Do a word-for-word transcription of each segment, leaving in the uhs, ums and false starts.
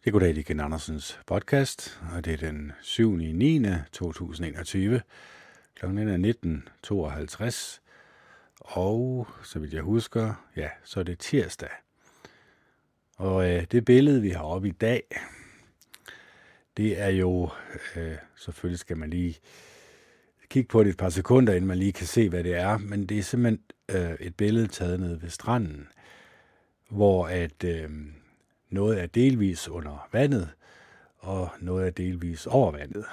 Det er goddag, det er Ken Andersens podcast, og det er den syvende niende to tusind enogtyve. Klokken er nitten tooghalvtreds, og så vidt jeg husker, ja, så er det tirsdag. Og øh, det billede, vi har oppe i dag, det er jo, øh, selvfølgelig skal man lige kigge på det et par sekunder, inden man lige kan se, hvad det er, men det er simpelthen øh, et billede taget nede ved stranden, hvor at øh, noget er delvis under vandet, og noget er delvis over vandet.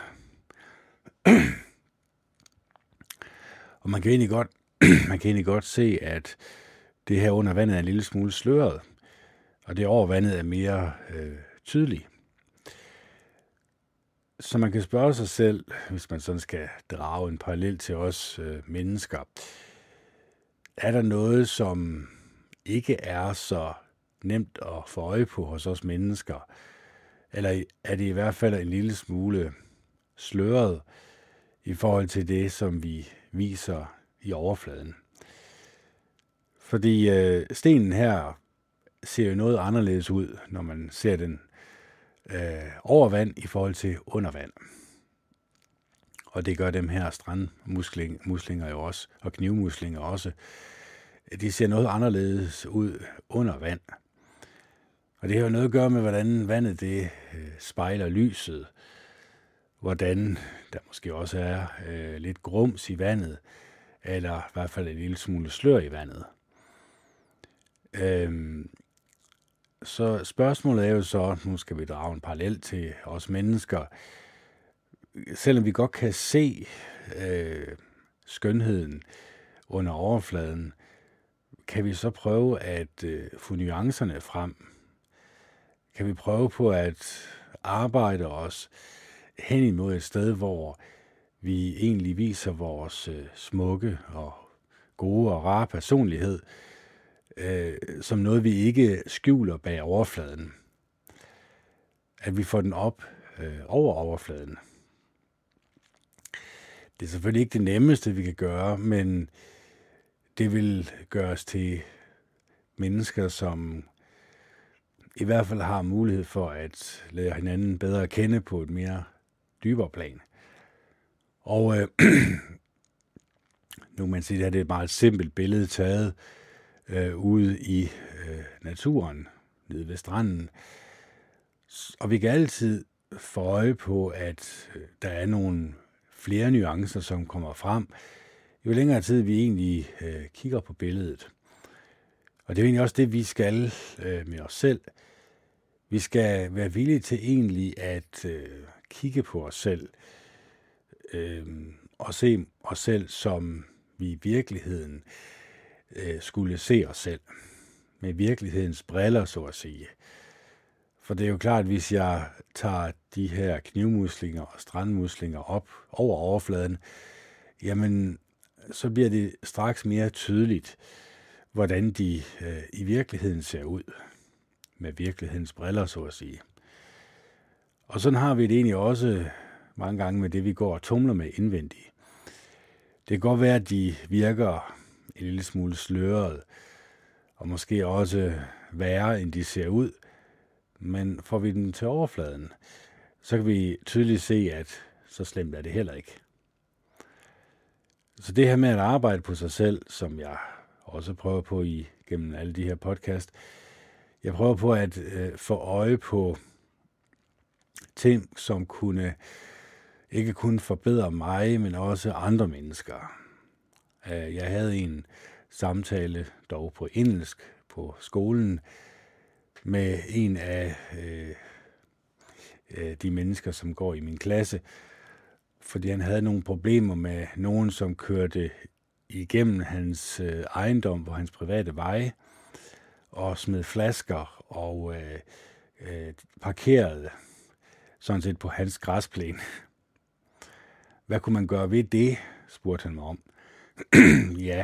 Og man kan egentlig godt, man kan egentlig godt se, at det her under vandet er en lille smule sløret, og det over vandet er mere øh, tydeligt. Så man kan spørge sig selv, hvis man sådan skal drage en parallel til os øh, mennesker, er der noget, som ikke er så nemt at få øje på hos os mennesker, eller er det i hvert fald en lille smule sløret i forhold til det, som vi viser i overfladen? Fordi øh, stenen her ser jo noget anderledes ud, når man ser den øh, over vand i forhold til under vand. Og det gør dem her strandmuslinger jo også, og knivmuslinger også. De ser noget anderledes ud under vand. Og det har jo noget at gøre med, hvordan vandet det øh, spejler lyset. Hvordan der måske også er øh, lidt grums i vandet, eller i hvert fald en lille smule slør i vandet. Øhm, så spørgsmålet er jo så, nu skal vi drage en parallel til os mennesker. Selvom vi godt kan se øh, skønheden under overfladen, kan vi så prøve at øh, få nuancerne frem? Kan vi prøve på at arbejde os hen imod et sted, hvor vi egentlig viser vores øh, smukke og gode og rare personlighed, øh, som noget, vi ikke skjuler bag overfladen. At vi får den op øh, over overfladen. Det er selvfølgelig ikke det nemmeste, vi kan gøre, men det vil gøre os til mennesker, som i hvert fald har mulighed for at lære hinanden bedre at kende på et mere dybere plan. Og øh, nu kan man sige, at det er et meget simpelt billede taget øh, ude i øh, naturen, nede ved stranden. Og vi kan altid få øje på, at øh, der er nogle flere nuancer, som kommer frem, jo længere tid vi egentlig øh, kigger på billedet. Og det er egentlig også det, vi skal øh, med os selv. Vi skal være villige til egentlig at øh, kigge på os selv, øh, og se os selv, som vi i virkeligheden øh, skulle se os selv. Med virkelighedens briller, så at sige. For det er jo klart, at hvis jeg tager de her knivmuslinger og strandmuslinger op over overfladen, jamen, så bliver det straks mere tydeligt, hvordan de øh, i virkeligheden ser ud. Med virkelighedens briller, så at sige. Og sådan har vi det egentlig også mange gange med det, vi går og tumler med indvendigt. Det kan godt være, at de virker en lille smule sløret, og måske også værre, end de ser ud. Men får vi den til overfladen, så kan vi tydeligt se, at så slemt er det heller ikke. Så det her med at arbejde på sig selv, som jeg også prøver på i gennem alle de her podcast, jeg prøver på at øh, få øje på ting, som kunne ikke kun forbedre mig, men også andre mennesker. Øh, jeg havde en samtale, dog på engelsk, på skolen, med en af øh, øh, de mennesker, som går i min klasse, fordi han havde nogle problemer med nogen, som kørte igennem hans øh, ejendom på hans private veje, og smed flasker og øh, øh, parkerede sådan set på hans græsplæne. Hvad kunne man gøre ved det, spurgte han mig om. Ja,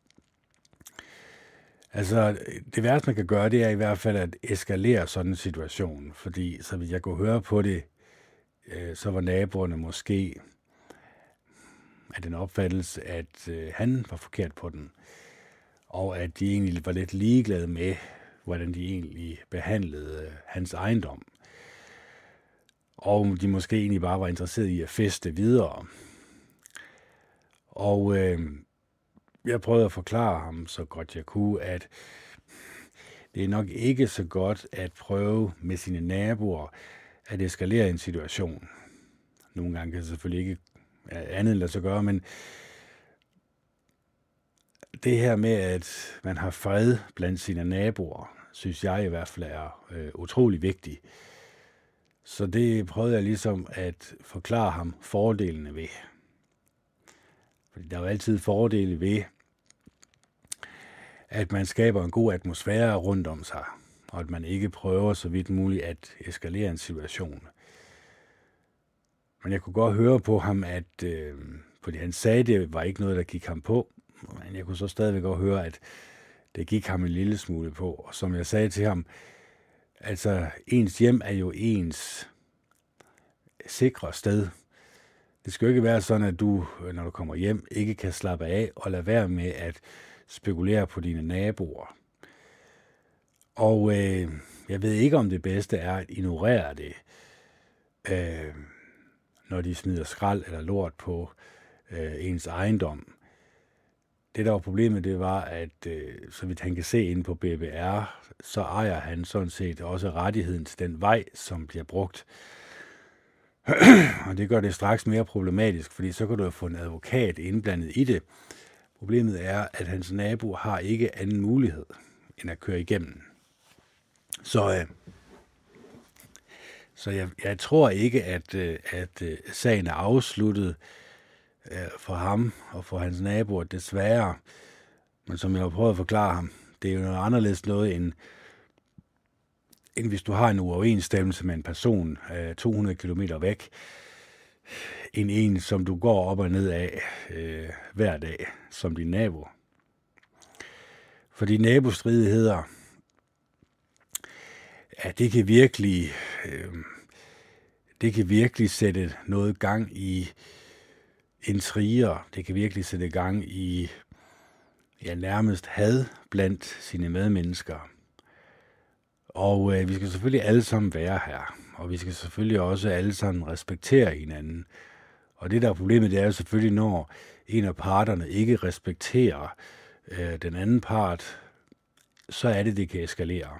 altså det værste man kan gøre, det er i hvert fald at eskalere sådan en situation, fordi så hvis jeg kunne høre på det, øh, så var naboerne måske af den opfattelse, at øh, han var forkert på den, og at de egentlig var lidt ligeglade med, hvordan de egentlig behandlede øh, hans ejendom. og de måske egentlig bare var interesseret i at feste videre. Og øh, jeg prøvede at forklare ham så godt jeg kunne, at det er nok ikke så godt at prøve med sine naboer at eskalere en situation. Nogle gange kan det selvfølgelig ikke andet end lade sig gøre, men det her med, at man har fred blandt sine naboer, synes jeg i hvert fald er øh, utrolig vigtigt. Så det prøvede jeg ligesom at forklare ham fordelene ved. Fordi der er jo altid fordele ved, at man skaber en god atmosfære rundt om sig, og at man ikke prøver så vidt muligt at eskalere en situation. Men jeg kunne godt høre på ham, at øh, fordi han sagde, at det var ikke noget, der gik ham på, men jeg kunne så stadigvæk godt høre, at det gik ham en lille smule på. Og som jeg sagde til ham, altså ens hjem er jo ens sikre sted. Det skal jo ikke være sådan, at du, når du kommer hjem, ikke kan slappe af og lade være med at spekulere på dine naboer. Og øh, jeg ved ikke, om det bedste er at ignorere det, øh, når de smider skrald eller lort på øh, ens ejendom. Det, der var problemet, det var, at øh, så vidt han kan se inde på B B R, så ejer han sådan set også rettigheden til den vej, som bliver brugt. Og det gør det straks mere problematisk, fordi så kan du jo få en advokat indblandet i det. Problemet er, at hans nabo har ikke anden mulighed end at køre igennem. Så, øh, så jeg, jeg tror ikke, at, øh, at øh, sagen er afsluttet øh, for ham og for hans naboer, desværre. Men som jeg har prøvet at forklare ham, det er jo noget anderledes noget, end, end hvis du har en uoverensstemmelse med en person øh, to hundrede kilometer væk, end en, som du går op og ned af øh, hver dag, som din nabo. Fordi nabostridigheder, ja, det kan virkelig, øh, det kan virkelig sætte noget gang i intriger. Det kan virkelig sætte gang i, ja, nærmest had blandt sine medmennesker. Og øh, vi skal selvfølgelig alle sammen være her, og vi skal selvfølgelig også alle sammen respektere hinanden. Og det, der er problemet, det er jo selvfølgelig, når en af parterne ikke respekterer øh, den anden part, så er det, det kan eskalere.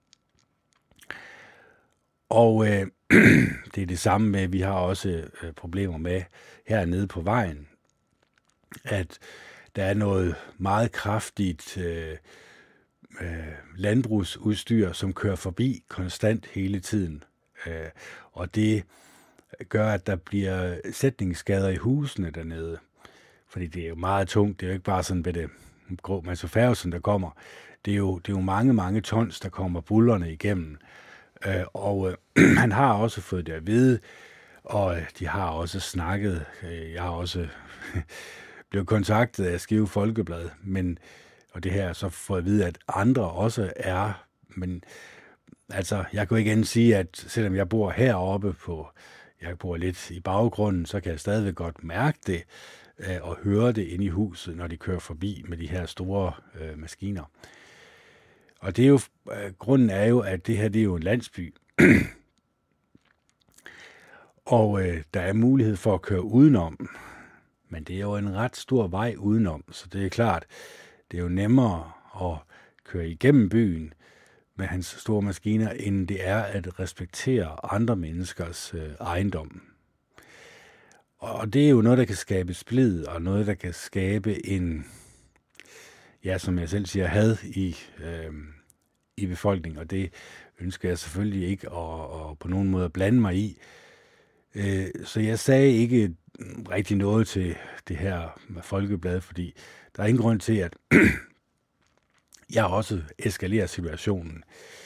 Og øh, det er det samme med, at vi har også øh, problemer med hernede på vejen, at der er noget meget kraftigt øh, øh, landbrugsudstyr, som kører forbi konstant hele tiden. Øh, og det gør, at der bliver sætningsskader i husene dernede. Fordi det er jo meget tungt. Det er jo ikke bare sådan ved det grå Mads Færgesen, der kommer. Det er, jo, det er jo mange, mange tons, der kommer bullerne igennem. Øh, og øh, han har også fået det at vide, og de har også snakket. Øh, jeg har også blevet kontaktet af Skive Folkeblad, men, og det her er så fået at vide, at andre også er. Men altså, jeg kan jo ikke end sige, at selvom jeg bor heroppe på, jeg bor lidt i baggrunden, så kan jeg stadigvæk godt mærke det øh, og høre det inde i huset, når de kører forbi med de her store øh, maskiner. Og det er jo, øh, grunden er jo, at det her, det er jo en landsby. Og øh, der er mulighed for at køre udenom. Men det er jo en ret stor vej udenom, så det er klart, det er jo nemmere at køre igennem byen med hans store maskiner, end det er at respektere andre menneskers øh, ejendom. Og det er jo noget, der kan skabe splid, og noget, der kan skabe en, ja, som jeg selv siger, had i, øh, i befolkningen, og det ønsker jeg selvfølgelig ikke at, at på nogen måde blande mig i. Øh, så jeg sagde ikke rigtig noget til det her med Folkeblad, fordi der er ingen grund til, at jeg også eskalerer situationen.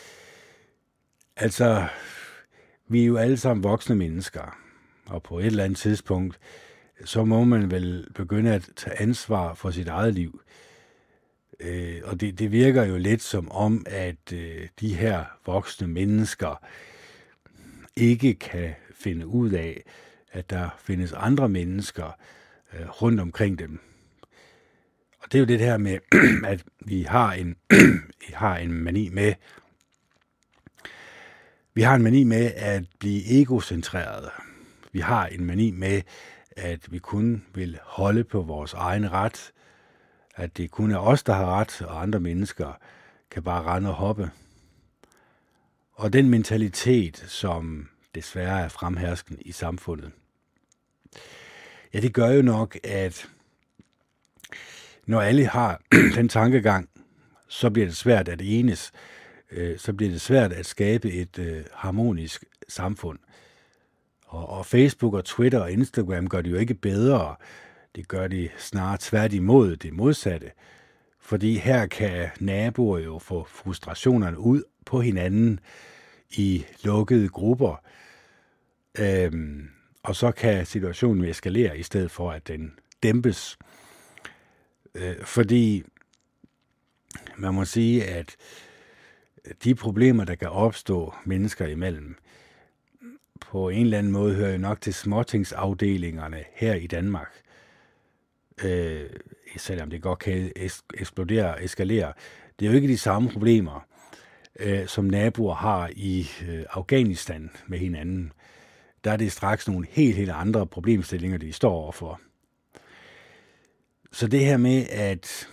Altså, vi er jo alle sammen voksne mennesker, og på et eller andet tidspunkt, så må man vel begynde at tage ansvar for sit eget liv. Øh, og det, det virker jo lidt som om, at øh, de her voksne mennesker ikke kan finde ud af, at der findes andre mennesker øh, rundt omkring dem. Og det er jo det her med, at vi har en, har en mani med, Vi har en mani med at blive egocentreret. Vi har en mani med, at vi kun vil holde på vores egen ret, at det kun er os, der har ret, og andre mennesker kan bare rende og hoppe. Og den mentalitet, som desværre er fremherskende i samfundet, ja, det gør jo nok, at når alle har den tankegang, så bliver det svært at enes, så bliver det svært at skabe et øh, harmonisk samfund. Og, og Facebook og Twitter og Instagram gør det jo ikke bedre. Det gør det snarere tværtimod det modsatte. Fordi her kan naboer jo få frustrationerne ud på hinanden i lukkede grupper. Øhm, og så kan situationen eskalere i stedet for, at den dæmpes. Øh, fordi man må sige, at de problemer, der kan opstå mennesker imellem, på en eller anden måde hører jo nok til småtingsafdelingerne her i Danmark. Øh, selvom det godt kan eksplodere og eskalere. Det er jo ikke de samme problemer, øh, som naboer har i øh, Afghanistan med hinanden. Der er det straks nogle helt, helt andre problemstillinger, de står overfor. Så det her med at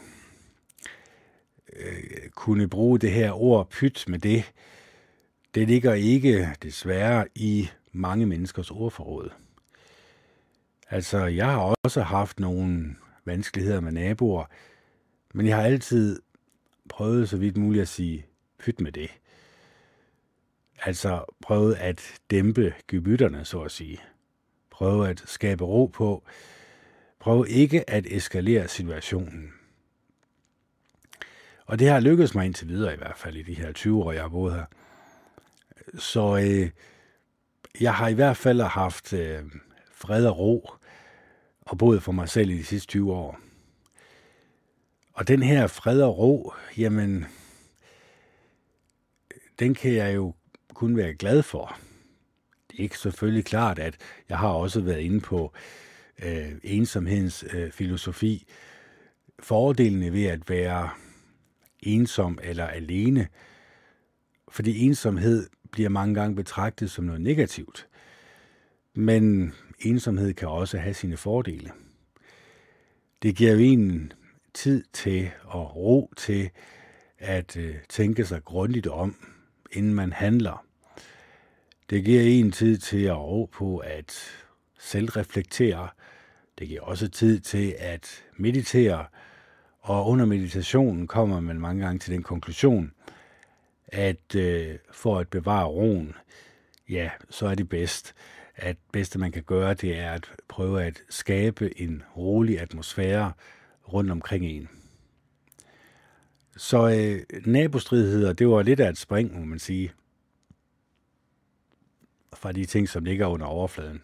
øh, kunne bruge det her ord pyt med det, det ligger ikke desværre i mange menneskers ordforråd. Altså, jeg har også haft nogle vanskeligheder med naboer, men jeg har altid prøvet så vidt muligt at sige pyt med det. Altså prøvet at dæmpe gemytterne, så at sige. Prøve at skabe ro på. Prøve ikke at eskalere situationen. Og det har lykkedes mig indtil videre i hvert fald i de her tyve år, jeg har boet her. Så øh, jeg har i hvert fald haft øh, fred og ro og boet for mig selv i de sidste tyve år. Og den her fred og ro, jamen, den kan jeg jo kun være glad for. Det er ikke selvfølgelig klart, at jeg har også været inde på øh, ensomhedens øh, filosofi. Fordelene ved at være ensom eller alene, fordi ensomhed bliver mange gange betragtet som noget negativt. Men ensomhed kan også have sine fordele. Det giver jo en tid til og ro til at øh, tænke sig grundigt om, inden man handler. Det giver en tid til at ro på at selvreflektere. Det giver også tid til at meditere. Og under meditationen kommer man mange gange til den konklusion, at øh, for at bevare roen, ja, så er det bedst. At bedste man kan gøre, det er at prøve at skabe en rolig atmosfære rundt omkring en. Så øh, nabostridigheder, det var lidt af et spring, må man sige, fra de ting, som ligger under overfladen.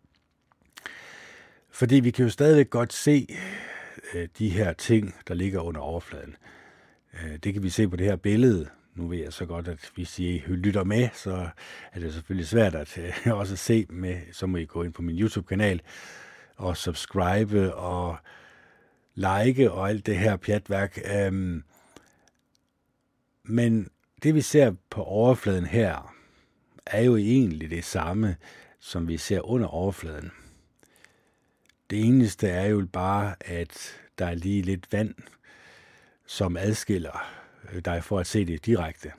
Fordi vi kan jo stadigvæk godt se øh, de her ting, der ligger under overfladen. Øh, det kan vi se på det her billede. Nu ved jeg så godt, at hvis I lytter med, så er det selvfølgelig svært at øh, også se med. Så må I gå ind på min YouTube-kanal og subscribe og like og alt det her pjatværk. Um, men det vi ser på overfladen her, er jo egentlig det samme, som vi ser under overfladen. Det eneste er jo bare, at der er lige lidt vand, som adskiller dig for at se det direkte.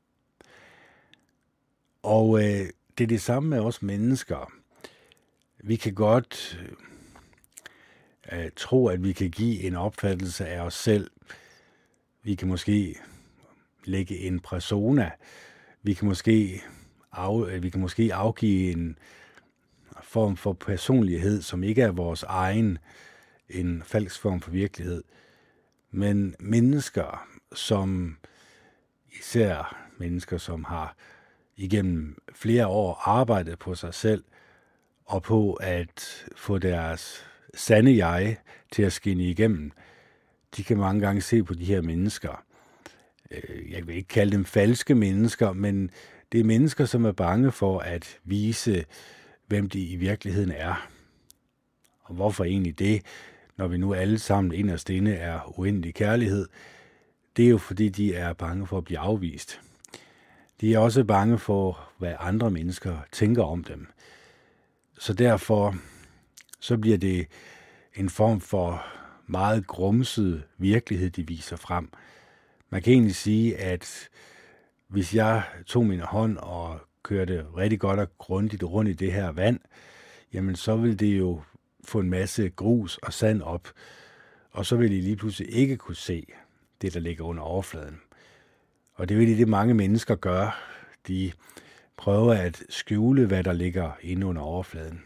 Og øh, det er det samme med os mennesker. Vi kan godt øh, tro, at vi kan give en opfattelse af os selv. Vi kan måske lægge en persona. Vi kan måske, af, vi kan måske afgive en form for personlighed, som ikke er vores egen, en falsk form for virkelighed. Men mennesker, som især mennesker, som har igennem flere år arbejdet på sig selv, og på at få deres sande jeg til at skinne igennem, de kan mange gange se på de her mennesker. Jeg vil ikke kalde dem falske mennesker, men det er mennesker, som er bange for at vise, hvem de i virkeligheden er. Og hvorfor egentlig det, når vi nu alle sammen inderst inde er uendelig kærlighed? Det er jo fordi, de er bange for at blive afvist. De er også bange for, hvad andre mennesker tænker om dem. Så derfor så bliver det en form for meget grumset virkelighed, de viser frem. Man kan egentlig sige, at hvis jeg tog min hånd og kørte rigtig godt og grundigt rundt i det her vand, jamen så vil det jo få en masse grus og sand op, og så vil I lige pludselig ikke kunne se det, der ligger under overfladen. Og det er jo det, mange mennesker gør. De prøver at skjule, hvad der ligger inde under overfladen.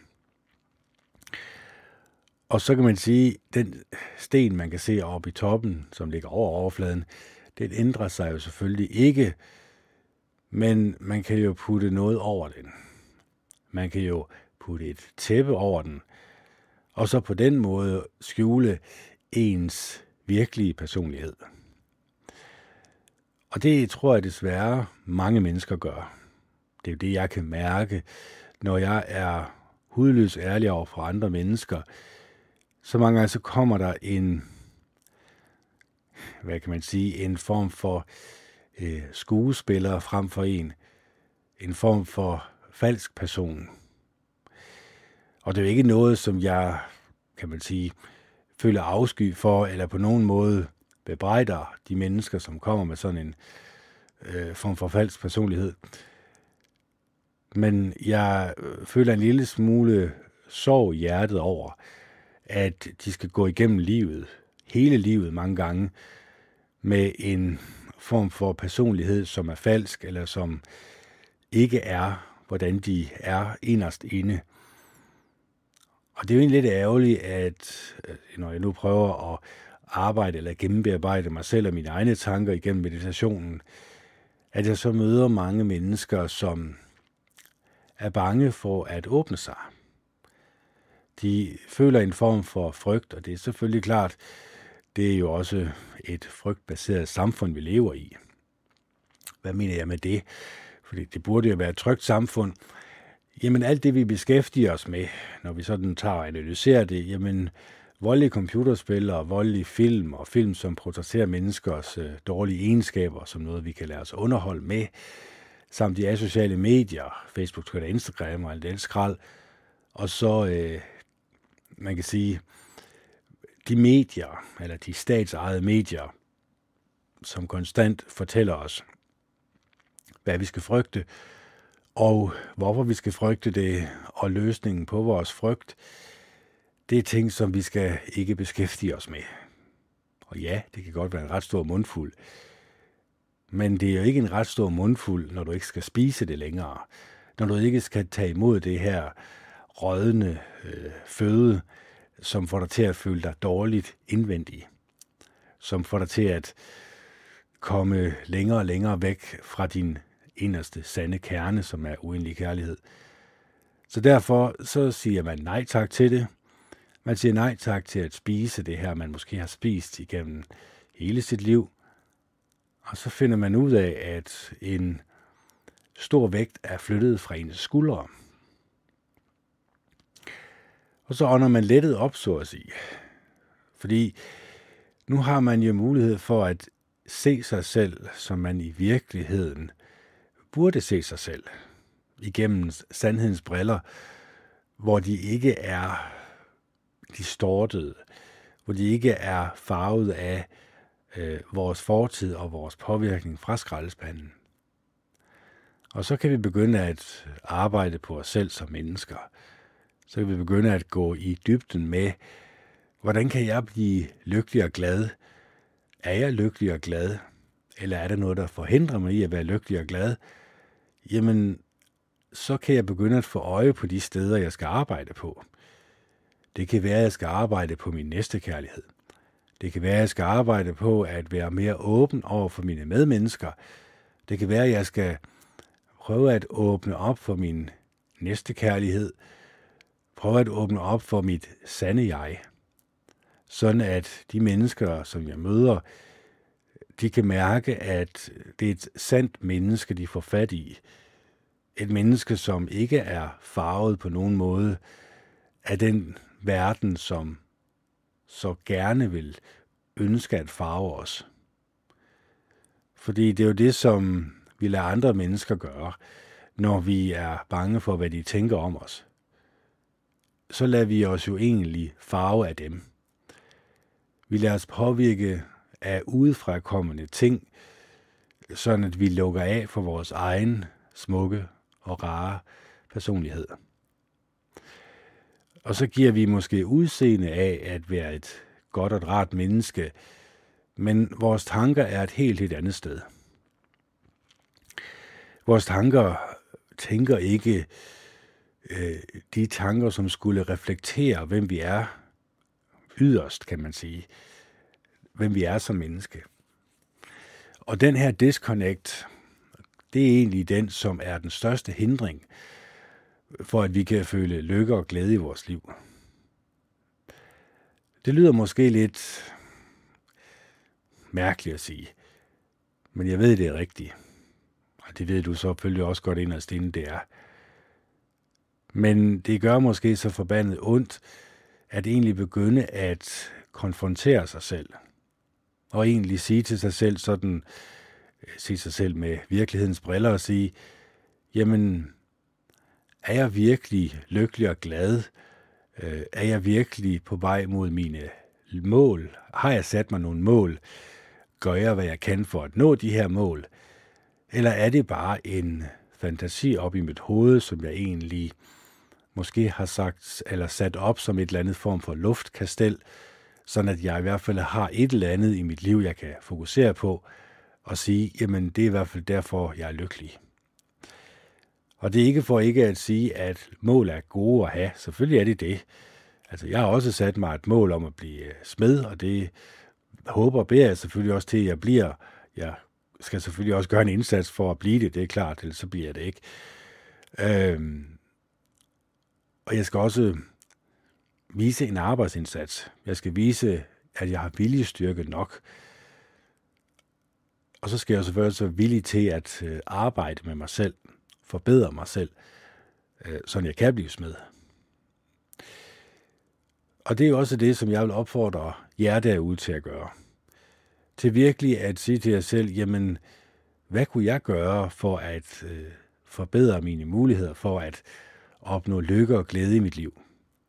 Og så kan man sige, at den sten, man kan se oppe i toppen, som ligger over overfladen, den ændrer sig jo selvfølgelig ikke, men man kan jo putte noget over den. Man kan jo putte et tæppe over den, og så på den måde skjule ens virkelige personlighed. Og det tror jeg desværre mange mennesker gør. Det er jo det, jeg kan mærke, når jeg er hudløs ærlig over for andre mennesker. Så mange gange så kommer der en, hvad kan man sige, en form for øh, skuespiller frem for en. En form for falsk person. Og det er jo ikke noget, som jeg, kan man sige, føler afsky for, eller på nogen måde bebrejder de mennesker, som kommer med sådan en øh, form for falsk personlighed. Men jeg føler en lille smule sorg i hjertet over, at de skal gå igennem livet, hele livet mange gange, med en form for personlighed, som er falsk, eller som ikke er, hvordan de er inderst inde. Og det er jo egentlig lidt ærgerligt, at når jeg nu prøver at arbejde eller gennembearbejde mig selv og mine egne tanker igennem meditationen, at jeg så møder mange mennesker, som er bange for at åbne sig. De føler en form for frygt, og det er selvfølgelig klart, det er jo også et frygtbaseret samfund, vi lever i. Hvad mener jeg med det? Fordi det burde jo være et trygt samfund. Jamen alt det, vi beskæftiger os med, når vi sådan tager og analyserer det, jamen voldelige computerspil og voldelige film og film, som portrætterer menneskers øh, dårlige egenskaber, som noget, vi kan lade os underholde med, samt de asociale medier, Facebook, Twitter, Instagram og alt det skrald. Og så, øh, man kan sige, de medier, eller de statsejede medier, som konstant fortæller os, hvad vi skal frygte, og hvorfor vi skal frygte det, og løsningen på vores frygt, det er ting, som vi skal ikke beskæftige os med. Og ja, det kan godt være en ret stor mundfuld, men det er jo ikke en ret stor mundfuld, når du ikke skal spise det længere. Når du ikke skal tage imod det her rådne øh, føde, som får dig til at føle dig dårligt indvendigt. Som får dig til at komme længere og længere væk fra din inderste sande kerne, som er uendelig kærlighed. Så derfor så siger man nej tak til det. Man siger nej tak til at spise det her, man måske har spist igennem hele sit liv. Og så finder man ud af, at en stor vægt er flyttet fra ens skuldre. Og så ånder man lettet op, så at sige. Fordi nu har man jo mulighed for at se sig selv, som man i virkeligheden burde se sig selv. Igennem sandhedens briller, hvor de ikke er distortede, hvor de ikke er farvet af øh, vores fortid og vores påvirkning fra skraldespanden. Og så kan vi begynde at arbejde på os selv som mennesker. Så kan vi begynde at gå i dybden med, hvordan kan jeg blive lykkelig og glad? Er jeg lykkelig og glad? Eller er der noget, der forhindrer mig i at være lykkelig og glad? Jamen, så kan jeg begynde at få øje på de steder, jeg skal arbejde på. Det kan være, at jeg skal arbejde på min næstekærlighed. Det kan være, at jeg skal arbejde på at være mere åben over for mine medmennesker. Det kan være, at jeg skal prøve at åbne op for min næstekærlighed. Prøve at åbne op for mit sande jeg. Sådan at de mennesker, som jeg møder, de kan mærke, at det er et sandt menneske, de får fat i. Et menneske, som ikke er farvet på nogen måde af den verden, som så gerne vil ønske at farve os. Fordi det er jo det, som vi lader andre mennesker gøre, når vi er bange for, hvad de tænker om os, så lader vi os jo egentlig farve af dem. Vi lader os påvirke af udefrakommende ting, sådan at vi lukker af for vores egen smukke og rare personlighed. Og så giver vi måske udseende af at være et godt og et rart menneske, men vores tanker er et helt, helt andet sted. Vores tanker tænker ikke øh, de tanker, som skulle reflektere, hvem vi er yderst, kan man sige. Hvem vi er som menneske. Og den her disconnect, det er egentlig den, som er den største hindring for, at vi kan føle lykke og glæde i vores liv. Det lyder måske lidt mærkeligt at sige, men jeg ved, det er rigtigt. Og det ved du så selvfølgelig også godt inderst inde, det er. Men det gør måske så forbandet ondt, at egentlig begynde at konfrontere sig selv. Og egentlig sige til sig selv sådan, sige sig selv med virkelighedens briller og sige, jamen, er jeg virkelig lykkelig og glad? Er jeg virkelig på vej mod mine mål? Har jeg sat mig nogle mål? Gør jeg, hvad jeg kan for at nå de her mål? Eller er det bare en fantasi op i mit hoved, som jeg egentlig måske har sagt eller sat op som et eller andet form for luftkastel, sådan at jeg i hvert fald har et eller andet i mit liv, jeg kan fokusere på og sige, jamen det er i hvert fald derfor, jeg er lykkelig. Og det er ikke for ikke at sige, at mål er gode at have. Selvfølgelig er det det. Altså jeg har også sat mig et mål om at blive smed, og det håber og beder jeg selvfølgelig også til, at jeg bliver. Jeg skal selvfølgelig også gøre en indsats for at blive det, det er klart, ellers så bliver jeg det ikke. Øhm, og jeg skal også vise en arbejdsindsats. Jeg skal vise, at jeg har viljestyrke nok. Og så skal jeg selvfølgelig så villig til at arbejde med mig selv, forbedre mig selv, så jeg kan blive smed. Og det er også det, som jeg vil opfordre jer derude til at gøre. Til virkelig at sige til jer selv, jamen, hvad kunne jeg gøre for at øh, forbedre mine muligheder for at opnå lykke og glæde i mit liv?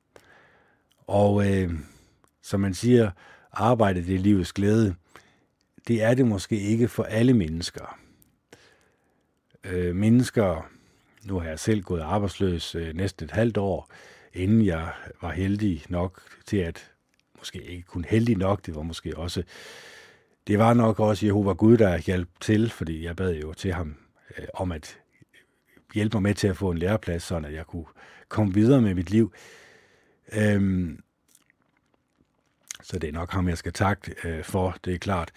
Og øh, som man siger, arbejde det er livets glæde. Det er det måske ikke for alle mennesker. Øh, mennesker, nu har jeg selv gået arbejdsløs øh, næsten et halvt år, inden jeg var heldig nok til at, måske ikke kun heldig nok, det var måske også, det var nok også Jehova Gud, der hjalp til, fordi jeg bad jo til ham øh, om at hjælpe mig med til at få en læreplads, sådan at jeg kunne komme videre med mit liv. Øhm, så det er nok ham, jeg skal takke øh, for, det er klart.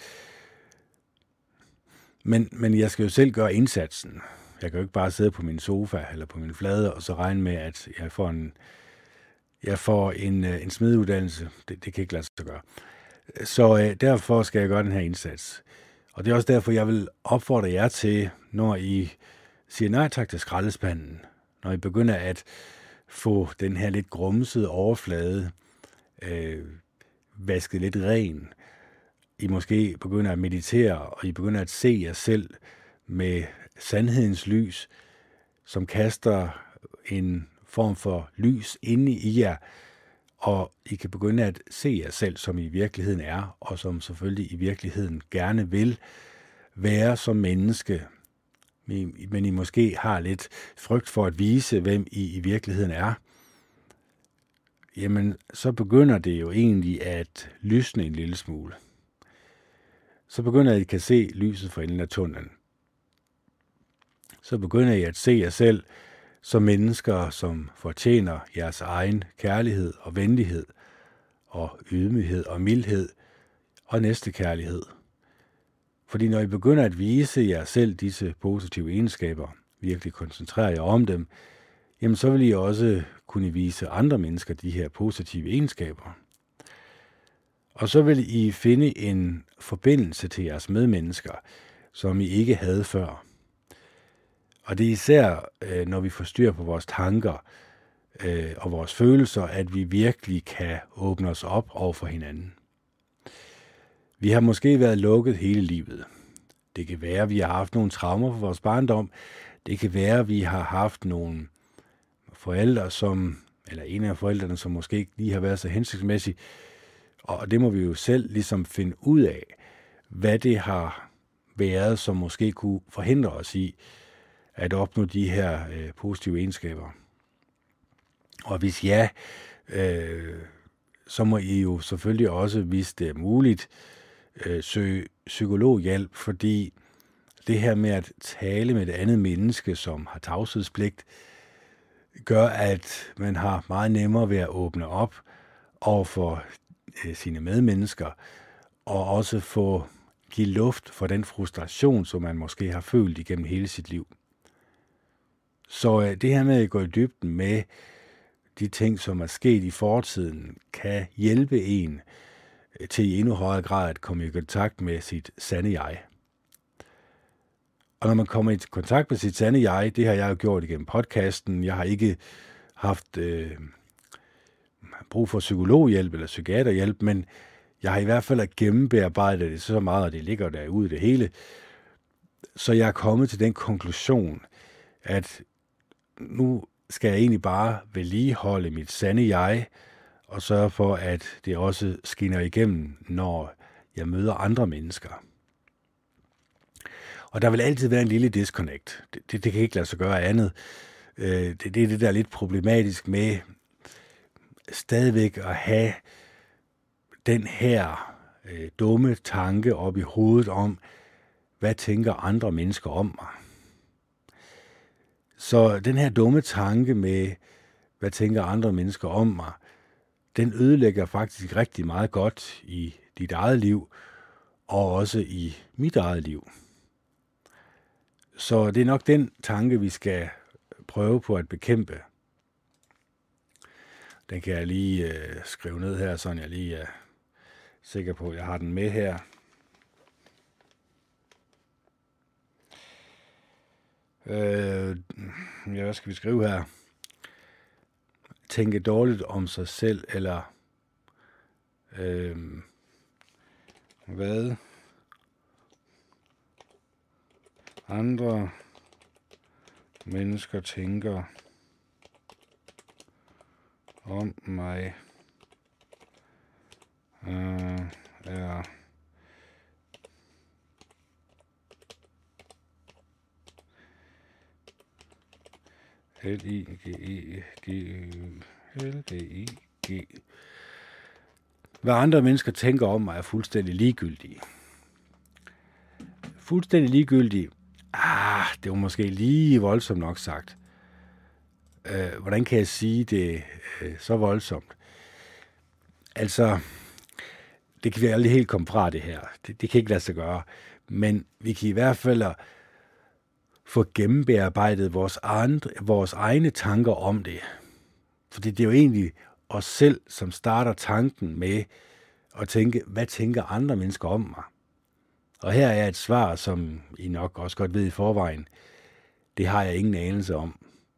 Men, men jeg skal jo selv gøre indsatsen. Jeg kan jo ikke bare sidde på min sofa eller på min flade og så regne med, at jeg får en, jeg får en, en smedeuddannelse. Det, det kan ikke lade sig gøre. Så øh, derfor skal jeg gøre den her indsats. Og det er også derfor, jeg vil opfordre jer til, når I siger nej tak til skraldespanden, når I begynder at få den her lidt grumsede overflade øh, vasket lidt ren, I måske begynder at meditere, og I begynder at se jer selv med sandhedens lys, som kaster en form for lys inde i jer, og I kan begynde at se jer selv, som I virkeligheden er, og som selvfølgelig i virkeligheden gerne vil være som menneske, men I måske har lidt frygt for at vise, hvem I i virkeligheden er. Jamen, så begynder det jo egentlig at lysne en lille smule. Så begynder I at kan se lyset fra enden af tunnelen. Så begynder I at se jer selv som mennesker, som fortjener jeres egen kærlighed og venlighed, og ydmyghed og mildhed, og næstekærlighed. Fordi når I begynder at vise jer selv disse positive egenskaber, virkelig koncentrere jer om dem, jamen så vil I også kunne vise andre mennesker de her positive egenskaber. Og så vil I finde en forbindelse til jeres medmennesker, som I ikke havde før. Og det er især, når vi får styr på vores tanker og vores følelser, at vi virkelig kan åbne os op over for hinanden. Vi har måske været lukket hele livet. Det kan være, at vi har haft nogle traumer fra vores barndom. Det kan være, at vi har haft nogle forældre, som, eller en af forældrene, som måske ikke lige har været så hensigtsmæssig. Og det må vi jo selv ligesom finde ud af, hvad det har været, som måske kunne forhindre os i at opnå de her øh, positive egenskaber. Og hvis ja, øh, så må I jo selvfølgelig også, hvis det er muligt, øh, søge psykologhjælp, fordi det her med at tale med et andet menneske, som har tavshedspligt, gør, at man har meget nemmere ved at åbne op over for øh, sine medmennesker, og også få give luft for den frustration, som man måske har følt igennem hele sit liv. Så øh, det her med at gå i dybden med de ting, som er sket i fortiden, kan hjælpe en øh, til i endnu højere grad at komme i kontakt med sit sande jeg. Og når man kommer i kontakt med sit sande jeg, det har jeg jo gjort igennem podcasten. Jeg har ikke haft øh, brug for psykologhjælp eller psykiaterhjælp, men jeg har i hvert fald at gennembearbejde det så meget, og det ligger derude det hele. Så jeg er kommet til den konklusion, at nu skal jeg egentlig bare vedligeholde mit sande jeg, og sørge for, at det også skinner igennem, når jeg møder andre mennesker. Og der vil altid være en lille disconnect. Det, det, det kan ikke lade sig gøre andet. Øh, det, det er det, der er lidt problematisk med stadigvæk at have den her øh, dumme tanke op i hovedet om, hvad tænker andre mennesker om mig. Så den her dumme tanke med, hvad tænker andre mennesker om mig, den ødelægger faktisk rigtig meget godt i dit eget liv, og også i mit eget liv. Så det er nok den tanke, vi skal prøve på at bekæmpe. Den kan jeg lige øh, skrive ned her, så jeg lige er sikker på, at jeg har den med her. Øh, ja, hvad skal vi skrive her? Tænke dårligt om sig selv, eller øh, hvad andre mennesker tænker om mig, øh, er L I G E G L D I G. Hvad andre mennesker tænker om mig er fuldstændig ligegyldige. Fuldstændig ligegyldige. Ah, det var måske lige voldsomt nok sagt. Øh, hvordan kan jeg sige det øh, så voldsomt? Altså, det kan vi aldrig helt komme fra det her. Det, det kan ikke lade sig gøre. Men vi kan i hvert fald få gennembearbejdet vores, andre, vores egne tanker om det. Fordi det er jo egentlig os selv, som starter tanken med at tænke, hvad tænker andre mennesker om mig? Og her er et svar, som I nok også godt ved i forvejen. Det har jeg ingen anelse om.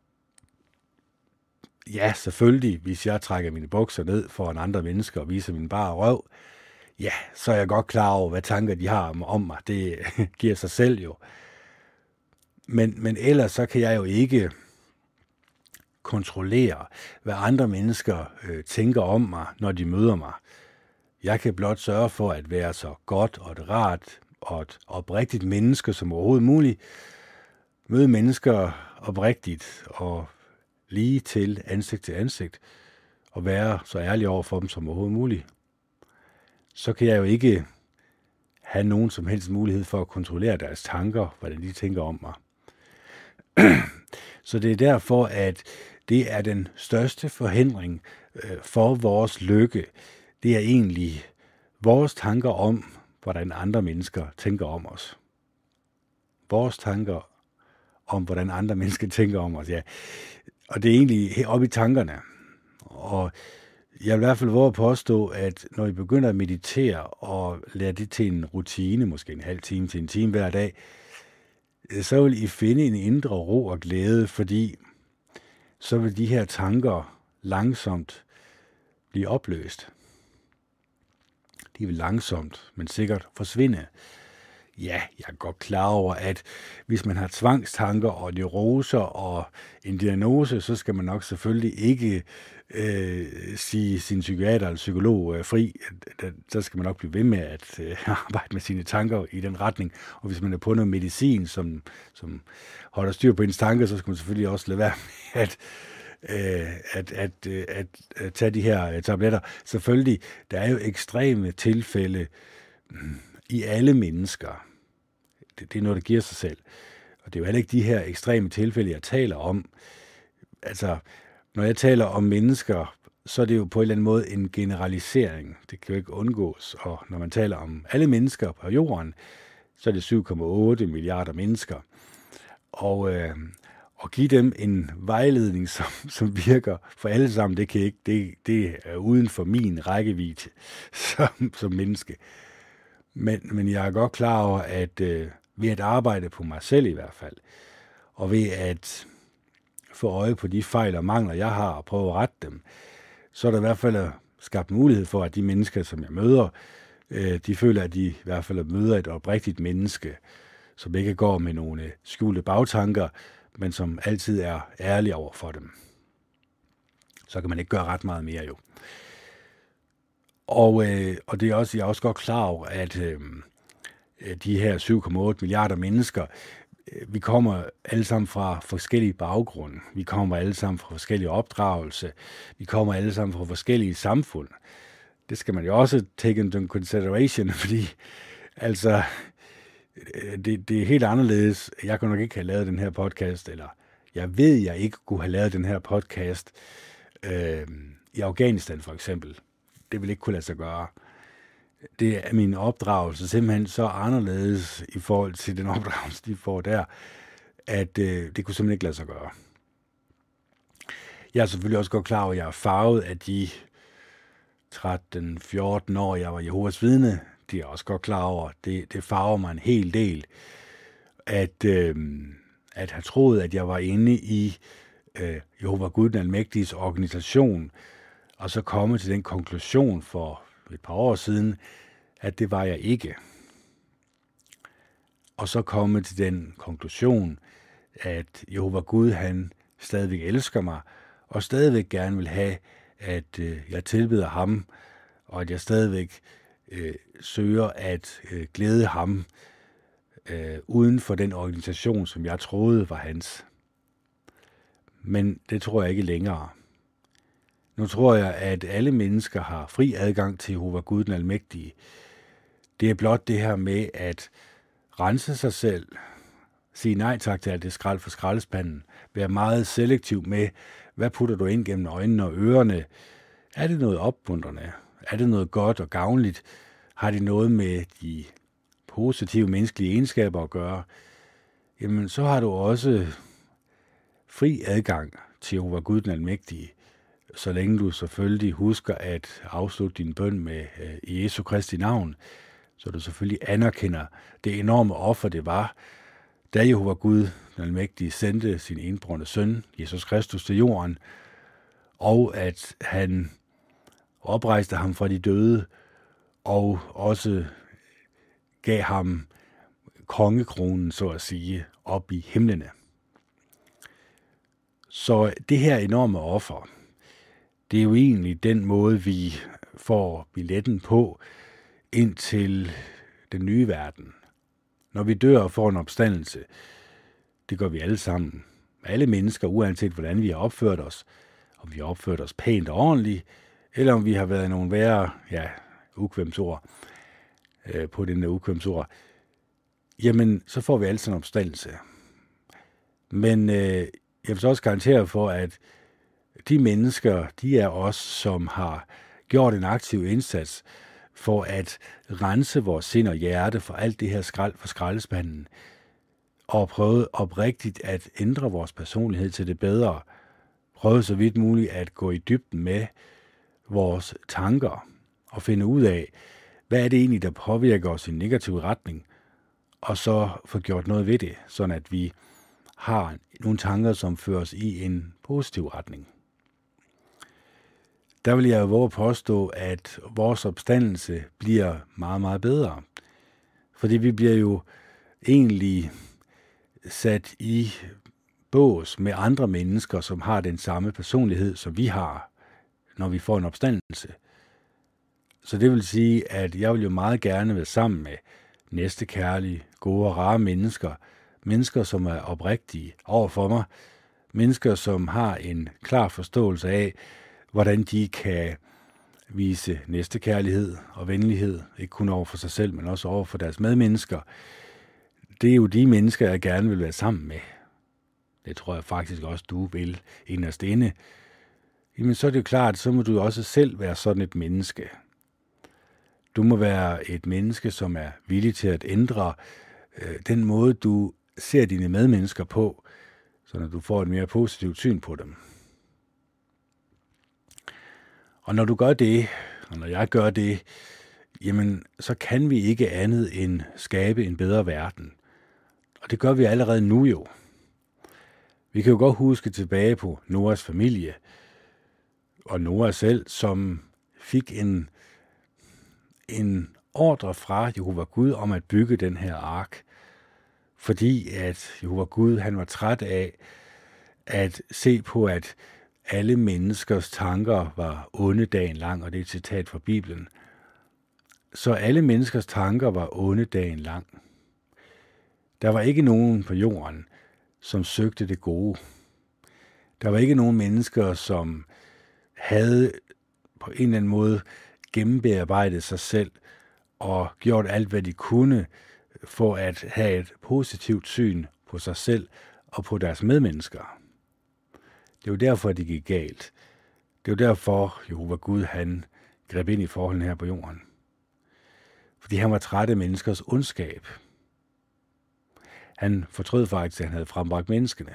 Ja, selvfølgelig, hvis jeg trækker mine bukser ned foran andre mennesker og viser min bare røv, ja, så er jeg godt klar over, hvad tanker de har om, om mig. Det giver sig selv jo. Men, men ellers så kan jeg jo ikke kontrollere, hvad andre mennesker øh, tænker om mig, når de møder mig. Jeg kan blot sørge for at være så godt og et rart og et oprigtigt menneske som overhovedet muligt. Møde mennesker oprigtigt og lige til ansigt til ansigt, og være så ærlig over for dem som overhovedet muligt. Så kan jeg jo ikke have nogen som helst mulighed for at kontrollere deres tanker, hvordan de tænker om mig. Så det er derfor, at det er den største forhindring for vores lykke. Det er egentlig vores tanker om, hvordan andre mennesker tænker om os. Vores tanker om, hvordan andre mennesker tænker om os, ja. Og det er egentlig oppe i tankerne. Og jeg vil i hvert fald våge at påstå, at når I begynder at meditere og lære det til en rutine, måske en halv time til en time hver dag, så vil I finde en indre ro og glæde, fordi så vil de her tanker langsomt blive opløst. De vil langsomt, men sikkert forsvinde. Ja, jeg er godt klar over, at hvis man har tvangstanker og neuroser og en diagnose, så skal man nok selvfølgelig ikke øh, sige sin psykiater eller psykolog øh, fri. Så skal man nok blive ved med at øh, arbejde med sine tanker i den retning. Og hvis man er på noget medicin, som, som holder styr på ens tanker, så skal man selvfølgelig også lade være med at At, at, at, at, at tage de her tabletter. Selvfølgelig, der er jo ekstreme tilfælde mm, i alle mennesker. Det, det er noget, der giver sig selv. Og det er jo heller ikke de her ekstreme tilfælde, jeg taler om. Altså, når jeg taler om mennesker, så er det jo på en eller anden måde en generalisering. Det kan jo ikke undgås. Og når man taler om alle mennesker på jorden, så er det syv komma otte milliarder mennesker. Og øh, og give dem en vejledning, som, som virker for alle sammen, det, kan ikke, det, det er uden for min rækkevidde som, som menneske. Men, men jeg er godt klar over, at øh, ved at arbejde på mig selv i hvert fald, og ved at få øje på de fejl og mangler, jeg har, og prøve at rette dem, så er der i hvert fald skabt mulighed for, at de mennesker, som jeg møder, øh, de føler, at de i hvert fald møder et oprigtigt menneske, som ikke går med nogle skjulte bagtanker, men som altid er ærlig over for dem. Så kan man ikke gøre ret meget mere jo. Og, øh, og det er også, jeg er også godt klar over, at øh, de her syv komma otte milliarder mennesker, øh, vi kommer alle sammen fra forskellige baggrunde. Vi kommer alle sammen fra forskellige opdragelse. Vi kommer alle sammen fra forskellige samfund. Det skal man jo også take into consideration, fordi altså Det, det er helt anderledes. Jeg kunne nok ikke have lavet den her podcast, eller jeg ved, jeg ikke kunne have lavet den her podcast øh, i Afghanistan for eksempel. Det vil ikke kunne lade sig gøre. Det er min opdragelse simpelthen så anderledes i forhold til den opdragelse, de får der, at øh, det kunne simpelthen ikke lade sig gøre. Jeg er selvfølgelig også godt klar over, at jeg er farvet af de tretten fjorten år, jeg var Jehovas vidne. De er også godt klar over, det, det farver mig en hel del, at, øh, at have troet, at jeg var inde i øh, Jehova Gud den Almægtiges organisation, og så komme til den konklusion for et par år siden, at det var jeg ikke. Og så komme til den konklusion, at Jehova Gud, han stadigvæk elsker mig, og stadigvæk gerne vil have, at øh, jeg tilbeder ham, og at jeg stadigvæk øh, søger at øh, glæde ham øh, uden for den organisation, som jeg troede var hans. Men det tror jeg ikke længere. Nu tror jeg, at alle mennesker har fri adgang til Jehova Gud den Almægtige. Det er blot det her med at rense sig selv, sige nej tak til alt det skrald for skraldespanden, være meget selektiv med, hvad putter du ind gennem øjnene og ørerne. Er det noget opmuntrende? Er det noget godt og gavnligt? Har det noget med de positive menneskelige egenskaber at gøre? Jamen, så har du også fri adgang til Jehova Gud den Almægtige, så længe du selvfølgelig husker at afslutte din bøn med øh, i Jesu Kristi navn, så du selvfølgelig anerkender det enorme offer, det var, da Jehova Gud den Almægtige sendte sin enbårne søn, Jesus Kristus, til jorden, og at han oprejste ham fra de døde, og også gav ham kongekronen, så at sige, op i himlene. Så det her enorme offer, det er jo egentlig den måde, vi får billetten på ind til den nye verden. Når vi dør og får en opstandelse, det gør vi alle sammen. Alle mennesker, uanset hvordan vi har opført os, om vi har opført os pænt og ordentligt, eller om vi har været nogle værre, ja, ukvemsord, øh, på den der ukvemsord, jamen, så får vi altid en opstandelse. Men øh, jeg vil så også garantere for, at de mennesker, de er os, som har gjort en aktiv indsats for at rense vores sind og hjerte for alt det her skrald for skraldespanden, og prøvet oprigtigt at ændre vores personlighed til det bedre, prøvet så vidt muligt at gå i dybden med vores tanker og finde ud af, hvad er det egentlig, der påvirker os i en negativ retning, og så få gjort noget ved det, sådan at vi har nogle tanker, som fører os i en positiv retning. Der vil jeg våge påstå, at vores opstandelse bliver meget, meget bedre. Fordi vi bliver jo egentlig sat i bås med andre mennesker, som har den samme personlighed, som vi har, når vi får en opstandelse. Så det vil sige, at jeg vil jo meget gerne være sammen med næstekærlige, gode og rare mennesker. Mennesker, som er oprigtige over for mig. Mennesker, som har en klar forståelse af, hvordan de kan vise næstekærlighed og venlighed, ikke kun over for sig selv, men også over for deres medmennesker. Det er jo de mennesker, jeg gerne vil være sammen med. Det tror jeg faktisk også, du vil inderst inde. Jamen så er det jo klart, så må du også selv være sådan et menneske. Du må være et menneske, som er villig til at ændre øh, den måde, du ser dine medmennesker på, så når du får et mere positivt syn på dem. Og når du gør det, og når jeg gør det, jamen så kan vi ikke andet end skabe en bedre verden. Og det gør vi allerede nu jo. Vi kan jo godt huske tilbage på Noahs familie, og Noah selv, som fik en, en ordre fra Jehova Gud om at bygge den her ark. Fordi at Jehova Gud, han var træt af at se på, at alle menneskers tanker var onde dagen lang, og det er et citat fra Bibelen. Så alle menneskers tanker var onde dagen lang. Der var ikke nogen på jorden, som søgte det gode. Der var ikke nogen mennesker, som havde på en eller anden måde gennembearbejdet sig selv og gjort alt, hvad de kunne for at have et positivt syn på sig selv og på deres medmennesker. Det er jo derfor, det gik galt. Det er jo derfor, Jehova Gud, han greb ind i forholdene her på jorden. Fordi han var træt af menneskers ondskab. Han fortrød faktisk, at han havde frembragt menneskene.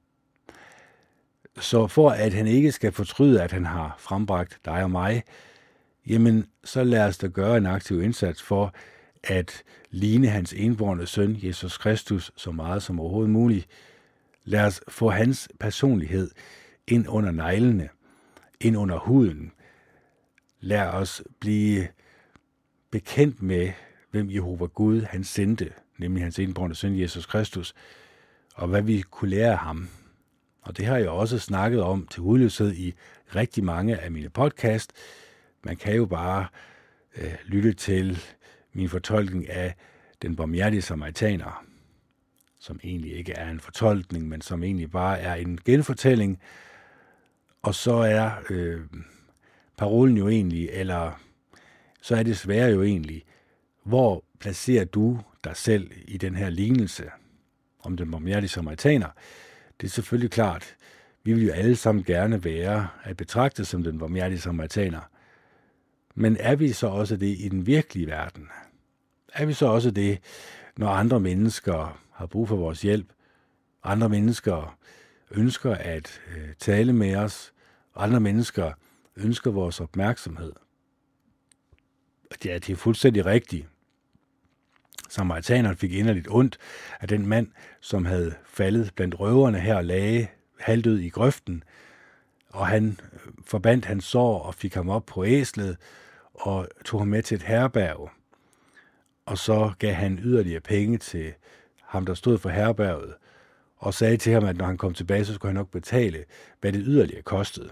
Så for at han ikke skal fortryde, at han har frembragt dig og mig, jamen så lad os da gøre en aktiv indsats for at ligne hans enbårne søn, Jesus Kristus, så meget som overhovedet muligt. Lad os få hans personlighed ind under neglene, ind under huden. Lad os blive bekendt med, hvem Jehova Gud han sendte, nemlig hans enbårne søn, Jesus Kristus, og hvad vi kunne lære af ham. Og det har jeg også snakket om til hudløshed i rigtig mange af mine podcast. Man kan jo bare øh, lytte til min fortolkning af den barmhjertige samaritaner, som egentlig ikke er en fortolkning, men som egentlig bare er en genfortælling. Og så er øh, parolen jo egentlig, eller så er det svære jo egentlig, hvor placerer du dig selv i den her lignelse om den barmhjertige samaritaner? Det er selvfølgelig klart, vi vil jo alle sammen gerne være at betragte som den barmhjertige samaritaner. Men er vi så også det i den virkelige verden? Er vi så også det, når andre mennesker har brug for vores hjælp, andre mennesker ønsker at øh, tale med os, og andre mennesker ønsker vores opmærksomhed? Ja, det er fuldstændig rigtigt. Samaritaneren fik inderligt ondt af den mand, som havde faldet blandt røverne her og lagde halvdød i grøften, og han forbandt hans sår og fik ham op på æslet og tog ham med til et herberg. Og så gav han yderligere penge til ham, der stod for herberget, og sagde til ham, at når han kom tilbage, så skulle han nok betale, hvad det yderligere kostede.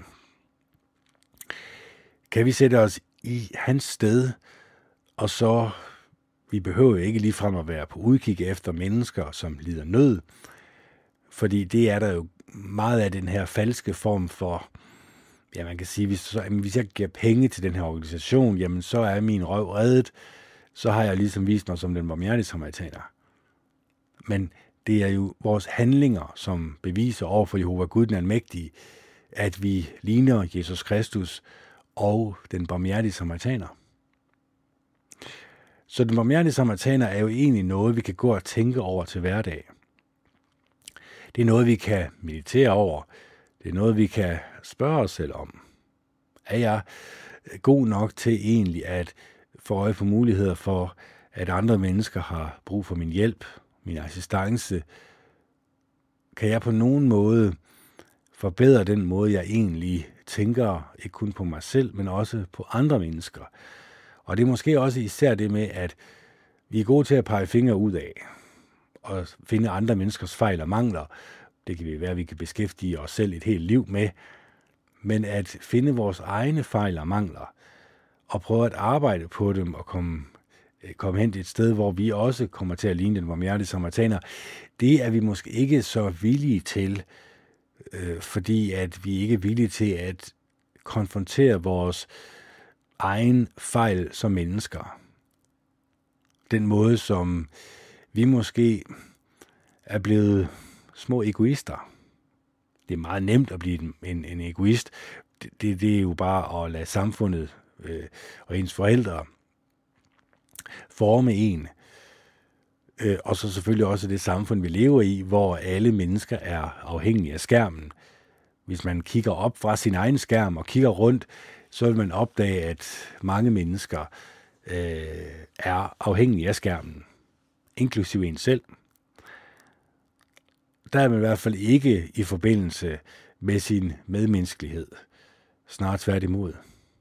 Kan vi sætte os i hans sted, og så, vi behøver ikke ligefrem at være på udkig efter mennesker, som lider nød, fordi det er der jo meget af den her falske form for, ja, man kan sige, hvis, så, jamen, hvis jeg giver penge til den her organisation, jamen så er min røv reddet, så har jeg ligesom vist mig som den barmhjertige samaritaner. Men det er jo vores handlinger, som beviser over for Jehova Gud den almægtige, at vi ligner Jesus Kristus og den barmhjertige samaritaner. Så den barmhjertige samaritaner er jo egentlig noget, vi kan gå og tænke over til hverdag. Det er noget, vi kan meditere over. Det er noget, vi kan spørge os selv om. Er jeg god nok til egentlig at få øje på muligheder for, at andre mennesker har brug for min hjælp, min assistance? Kan jeg på nogen måde forbedre den måde, jeg egentlig tænker, ikke kun på mig selv, men også på andre mennesker? Og det er måske også især det med, at Vi er gode til at pege fingre ud af og finde andre menneskers fejl og mangler. Det kan være, at vi kan beskæftige os selv et helt liv med. Men at finde vores egne fejl og mangler og prøve at arbejde på dem og komme, komme hen til et sted, hvor vi også kommer til at ligne den barmhjertige samaritaner, det er vi måske ikke så villige til, øh, fordi at vi ikke er villige til at konfrontere vores egen fejl som mennesker. Den måde, som vi måske er blevet små egoister. Det er meget nemt at blive en, en egoist. Det, det, det er jo bare at lade samfundet øh, og ens forældre forme en. Øh, og så selvfølgelig også det samfund, vi lever i, hvor alle mennesker er afhængige af skærmen. Hvis man kigger op fra sin egen skærm og kigger rundt, så vil man opdage, at mange mennesker øh, er afhængige af skærmen, inklusive en selv. Der er man i hvert fald ikke i forbindelse med sin medmenneskelighed. Snart tværtimod.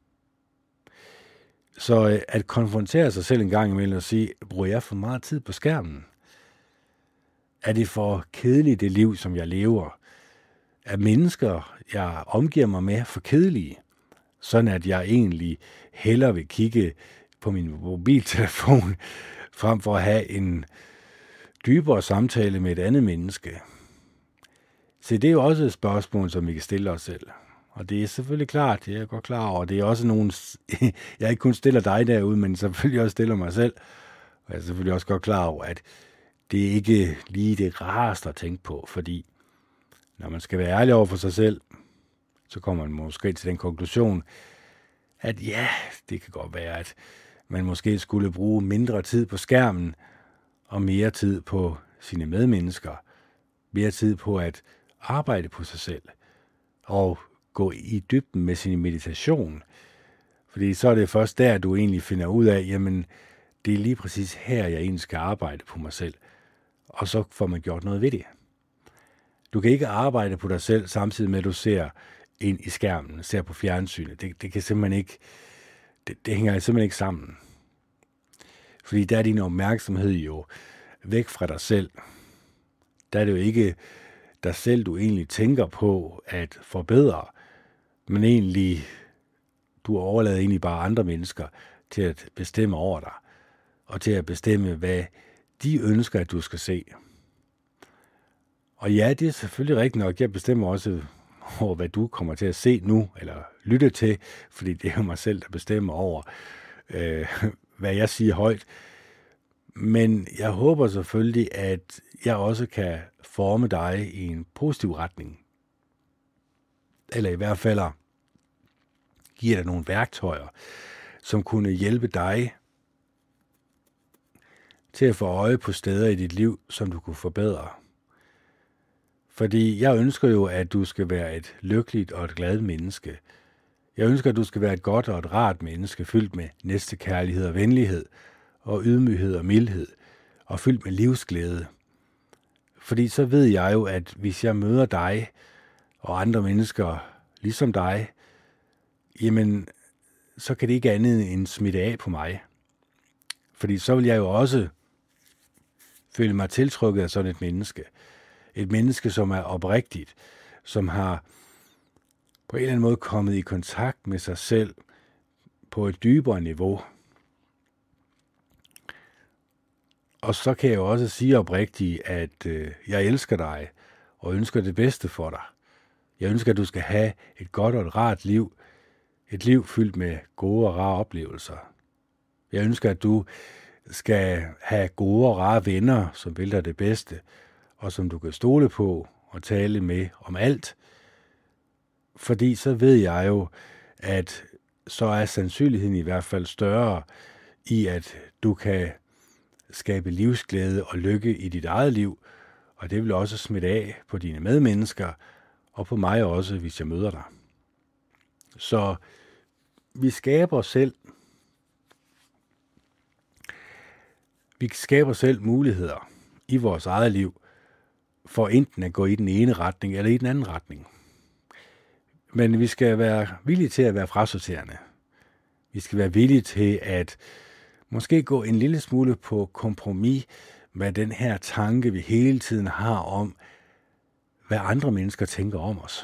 Så at konfrontere sig selv en gang imellem og sige, bruger jeg for meget tid på skærmen? Er det for kedeligt det liv, som jeg lever? Er mennesker, jeg omgiver mig med, for kedelige? Sådan at jeg egentlig hellere vil kigge på min mobiltelefon, frem for at have en dybere samtale med et andet menneske. Så det er jo også et spørgsmål, som vi kan stille os selv. Og det er selvfølgelig klart, det er jeg godt klar over. Det er også nogle, jeg ikke kun stiller dig derude, men selvfølgelig også stiller mig selv. Og jeg er selvfølgelig også godt klar over, at det er ikke lige det rareste at tænke på, fordi når man skal være ærlig over for sig selv, så kommer man måske til den konklusion, at ja, det kan godt være, at man måske skulle bruge mindre tid på skærmen, og mere tid på sine medmennesker, mere tid på at arbejde på sig selv, og gå i dybden med sin meditation. Fordi så er det først der, du egentlig finder ud af, jamen, det er lige præcis her, jeg egentlig skal arbejde på mig selv. Og så får man gjort noget ved det. Du kan ikke arbejde på dig selv, samtidig med, at du ser ind i skærmen, ser på fjernsynet. Det, det kan simpelthen ikke, det, det hænger simpelthen ikke sammen. Fordi der er din opmærksomhed jo væk fra dig selv. Der er det jo ikke dig selv, du egentlig tænker på at forbedre, men egentlig, du overlader egentlig bare andre mennesker til at bestemme over dig, og til at bestemme, hvad de ønsker, at du skal se. Og ja, det er selvfølgelig rigtigt nok. Jeg bestemmer også over, hvad du kommer til at se nu, eller lytte til, fordi det er jo mig selv, der bestemmer over, øh, hvad jeg siger højt. Men jeg håber selvfølgelig, at jeg også kan forme dig i en positiv retning. Eller i hvert fald give dig nogle værktøjer, som kunne hjælpe dig til at få øje på steder i dit liv, som du kunne forbedre. Fordi jeg ønsker jo, at du skal være et lykkeligt og et glad menneske. Jeg ønsker, at du skal være et godt og et rart menneske, fyldt med næstekærlighed og venlighed, og ydmyghed og mildhed, og fyldt med livsglæde. Fordi så ved jeg jo, at hvis jeg møder dig og andre mennesker ligesom dig, jamen, så kan det ikke andet end smitte af på mig. Fordi så vil jeg jo også føle mig tiltrykket af sådan et menneske. Et menneske, som er oprigtigt, som har på en eller anden måde kommet i kontakt med sig selv på et dybere niveau. Og så kan jeg jo også sige oprigtigt, at øh, jeg elsker dig og ønsker det bedste for dig. Jeg ønsker, at du skal have et godt og et rart liv. Et liv fyldt med gode og rare oplevelser. Jeg ønsker, at du skal have gode og rare venner, som vil dig det bedste, og som du kan stole på og tale med om alt. Fordi så ved jeg jo, at så er sandsynligheden i hvert fald større i, at du kan skabe livsglæde og lykke i dit eget liv, og det vil også smitte af på dine medmennesker, og på mig også, hvis jeg møder dig. Så vi skaber selv vi skaber selv muligheder i vores eget liv, for enten at gå i den ene retning eller i den anden retning. Men vi skal være villige til at være frasorterende. Vi skal være villige til at måske gå en lille smule på kompromis med den her tanke, vi hele tiden har om, hvad andre mennesker tænker om os.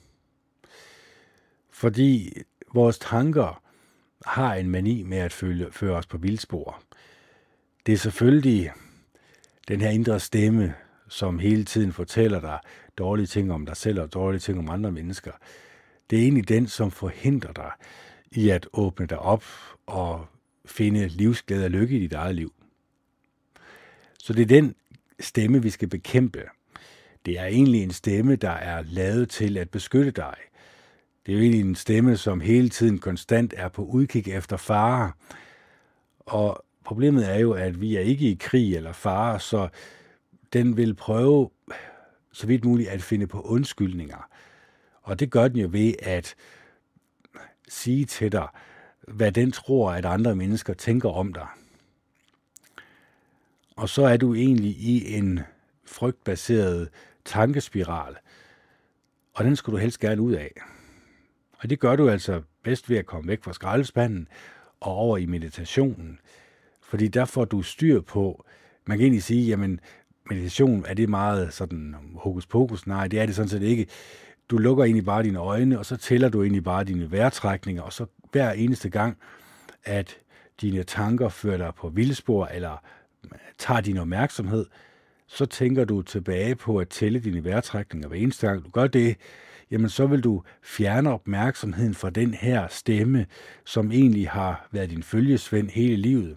Fordi vores tanker har en mani med at følge, føre os på vildspor. Det er selvfølgelig den her indre stemme, som hele tiden fortæller dig dårlige ting om dig selv og dårlige ting om andre mennesker. Det er egentlig den, som forhindrer dig i at åbne dig op og finde livsglæde og lykke i dit eget liv. Så det er den stemme, vi skal bekæmpe. Det er egentlig en stemme, der er lavet til at beskytte dig. Det er jo egentlig en stemme, som hele tiden konstant er på udkig efter fare. Og problemet er jo, at vi er ikke i krig eller fare, så den vil prøve så vidt muligt at finde på undskyldninger. Og det gør den jo ved at sige til dig, hvad den tror, at andre mennesker tænker om dig. Og så er du egentlig i en frygtbaseret tankespiral, og den skal du helst gerne ud af. Og det gør du altså bedst ved at komme væk fra skraldespanden og over i meditationen. Fordi der får du styr på, man kan egentlig sige, jamen meditation, er det meget sådan hokus pokus? Nej, det er det sådan set ikke. Du lukker egentlig bare dine øjne, og så tæller du egentlig bare dine vejrtrækninger, og så hver eneste gang, at dine tanker fører dig på vildspor, eller tager din opmærksomhed, så tænker du tilbage på at tælle dine vejrtrækninger. Hver eneste gang du gør det, jamen så vil du fjerne opmærksomheden fra den her stemme, som egentlig har været din følgesvend hele livet.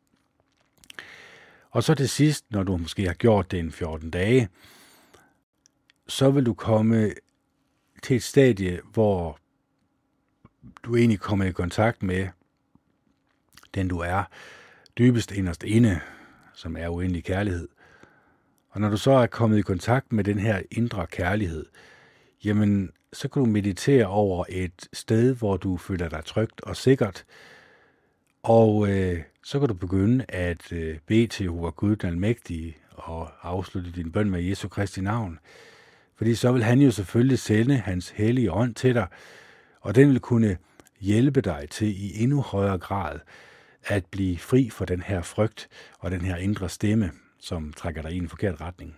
Og så til sidst, når du måske har gjort det en fjorten dage, så vil du komme til et stadie, hvor du egentlig kommer i kontakt med den du er dybest inderst inde, som er uendelig kærlighed. Og når du så er kommet i kontakt med den her indre kærlighed, jamen så kan du meditere over et sted, hvor du føler dig trygt og sikkert. Og øh, så kan du begynde at øh, bede til Jehova Gud den Almægtige og afslutte din bøn med Jesu Kristi navn. Fordi så vil han jo selvfølgelig sende hans hellige ånd til dig, og den vil kunne hjælpe dig til i endnu højere grad at blive fri for den her frygt og den her indre stemme, som trækker dig i en forkert retning.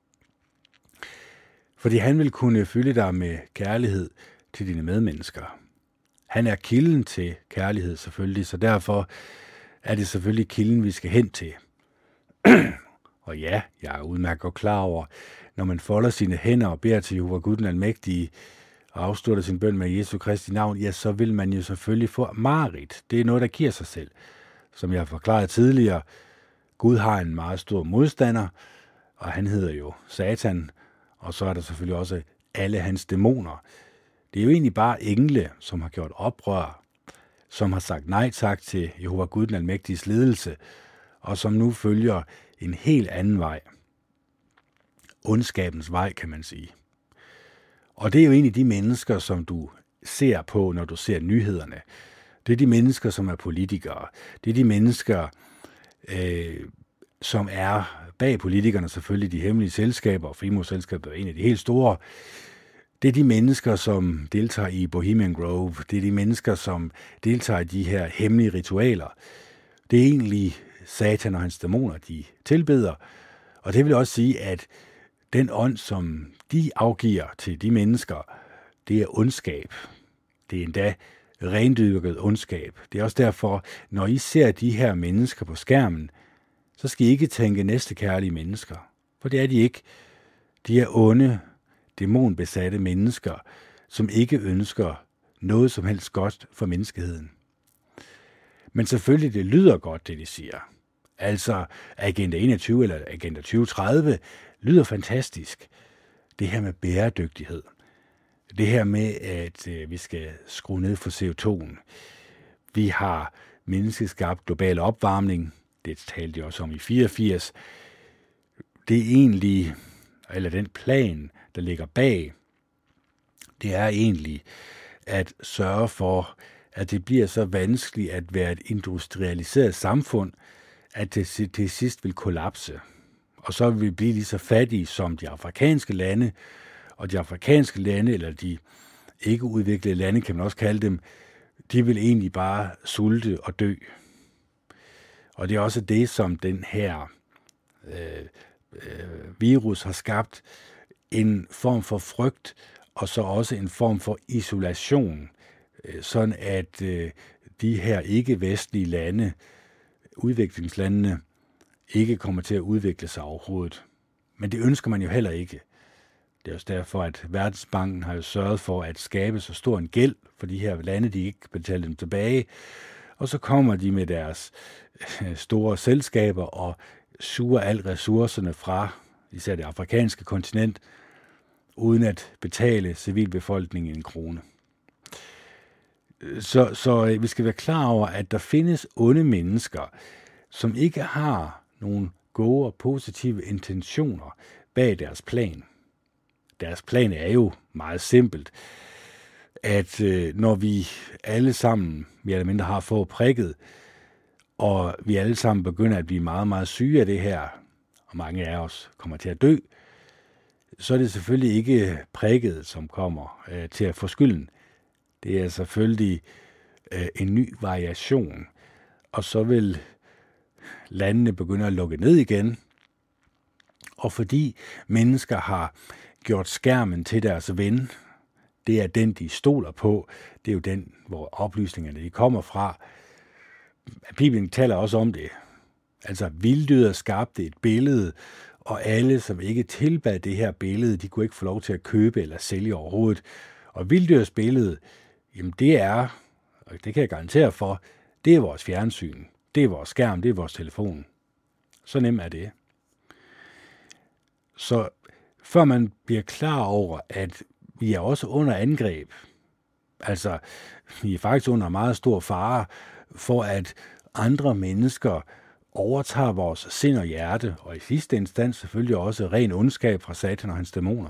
Fordi han vil kunne fylde dig med kærlighed til dine medmennesker. Han er kilden til kærlighed selvfølgelig, så derfor er det selvfølgelig kilden, vi skal hen til. Og ja, jeg er udmærket godt klar over, når man folder sine hænder og beder til Jehova Gud den Almægtige, og afslutter sin bøn med Jesu Kristi navn, ja, så vil man jo selvfølgelig få mareridt. Det er noget, der giver sig selv. Som jeg har forklaret tidligere, Gud har en meget stor modstander, og han hedder jo Satan, og så er der selvfølgelig også alle hans dæmoner. Det er jo egentlig bare engle, som har gjort oprør, som har sagt nej tak til Jehova Gud den Almægtiges ledelse, og som nu følger en helt anden vej. Ondskabens vej, kan man sige. Og det er jo egentlig de mennesker, som du ser på, når du ser nyhederne. Det er de mennesker, som er politikere. Det er de mennesker, øh, som er bag politikerne selvfølgelig de hemmelige selskaber, og Frimodsselskabet er en af de helt store. Det er de mennesker, som deltager i Bohemian Grove. Det er de mennesker, som deltager i de her hemmelige ritualer. Det er egentlig Satan og hans dæmoner, de tilbeder. Og det vil også sige, at den ånd, som de afgiver til de mennesker, det er ondskab. Det er endda rendyrket ondskab. Det er også derfor, når I ser de her mennesker på skærmen, så skal I ikke tænke næstekærlige mennesker. For det er de ikke. De er onde, dæmonbesatte mennesker, som ikke ønsker noget som helst godt for menneskeheden. Men selvfølgelig, det lyder godt, det de siger. Altså, Agenda enogtyve eller Agenda tyve tredive lyder fantastisk. Det her med bæredygtighed. Det her med, at øh, vi skal skrue ned for C O to'en. Vi har menneskeskabt global opvarmning. Det talte jeg også om i fireogfirs. Det er egentlig, eller den plan, der ligger bag, det er egentlig at sørge for, at det bliver så vanskeligt at være et industrialiseret samfund, at det til sidst vil kollapse. Og så vil vi blive lige så fattige som de afrikanske lande, og de afrikanske lande, eller de ikke udviklede lande, kan man også kalde dem, de vil egentlig bare sulte og dø. Og det er også det, som den her øh, øh, virus har skabt, en form for frygt, og så også en form for isolation, øh, sådan at øh, de her ikke-vestlige lande, udviklingslandene, ikke kommer til at udvikle sig overhovedet. Men det ønsker man jo heller ikke. Det er også derfor, at Verdensbanken har jo sørget for at skabe så stor en gæld for de her lande, de ikke betaler dem tilbage. Og så kommer de med deres store selskaber og suger alle ressourcerne fra, især det afrikanske kontinent, uden at betale civilbefolkningen en krone. Så, så vi skal være klar over, at der findes onde mennesker, som ikke har nogle gode og positive intentioner bag deres plan. Deres plan er jo meget simpelt, at øh, når vi alle sammen mere eller mindre har fået prikket, og vi alle sammen begynder at blive meget, meget syge af det her, og mange af os kommer til at dø, så er det selvfølgelig ikke prikket, som kommer øh, til at få skylden. Det er selvfølgelig øh, en ny variation, og så vil landene begynde at lukke ned igen, og fordi mennesker har gjort skærmen til deres ven, det er den, de stoler på, det er jo den, hvor oplysningerne de kommer fra. Bibelen taler også om det. Altså, vilddyret skabte et billede, og alle, som ikke tilbad det her billede, de kunne ikke få lov til at købe eller sælge overhovedet. Og vilddyrets billede, jamen det er, og det kan jeg garantere for, det er vores fjernsyn, det er vores skærm, det er vores telefon. Så nemt er det. Så før man bliver klar over, at vi er også under angreb, altså vi er faktisk under meget stor fare for, at andre mennesker overtager vores sind og hjerte, og i sidste instans selvfølgelig også ren ondskab fra Satan og hans dæmoner.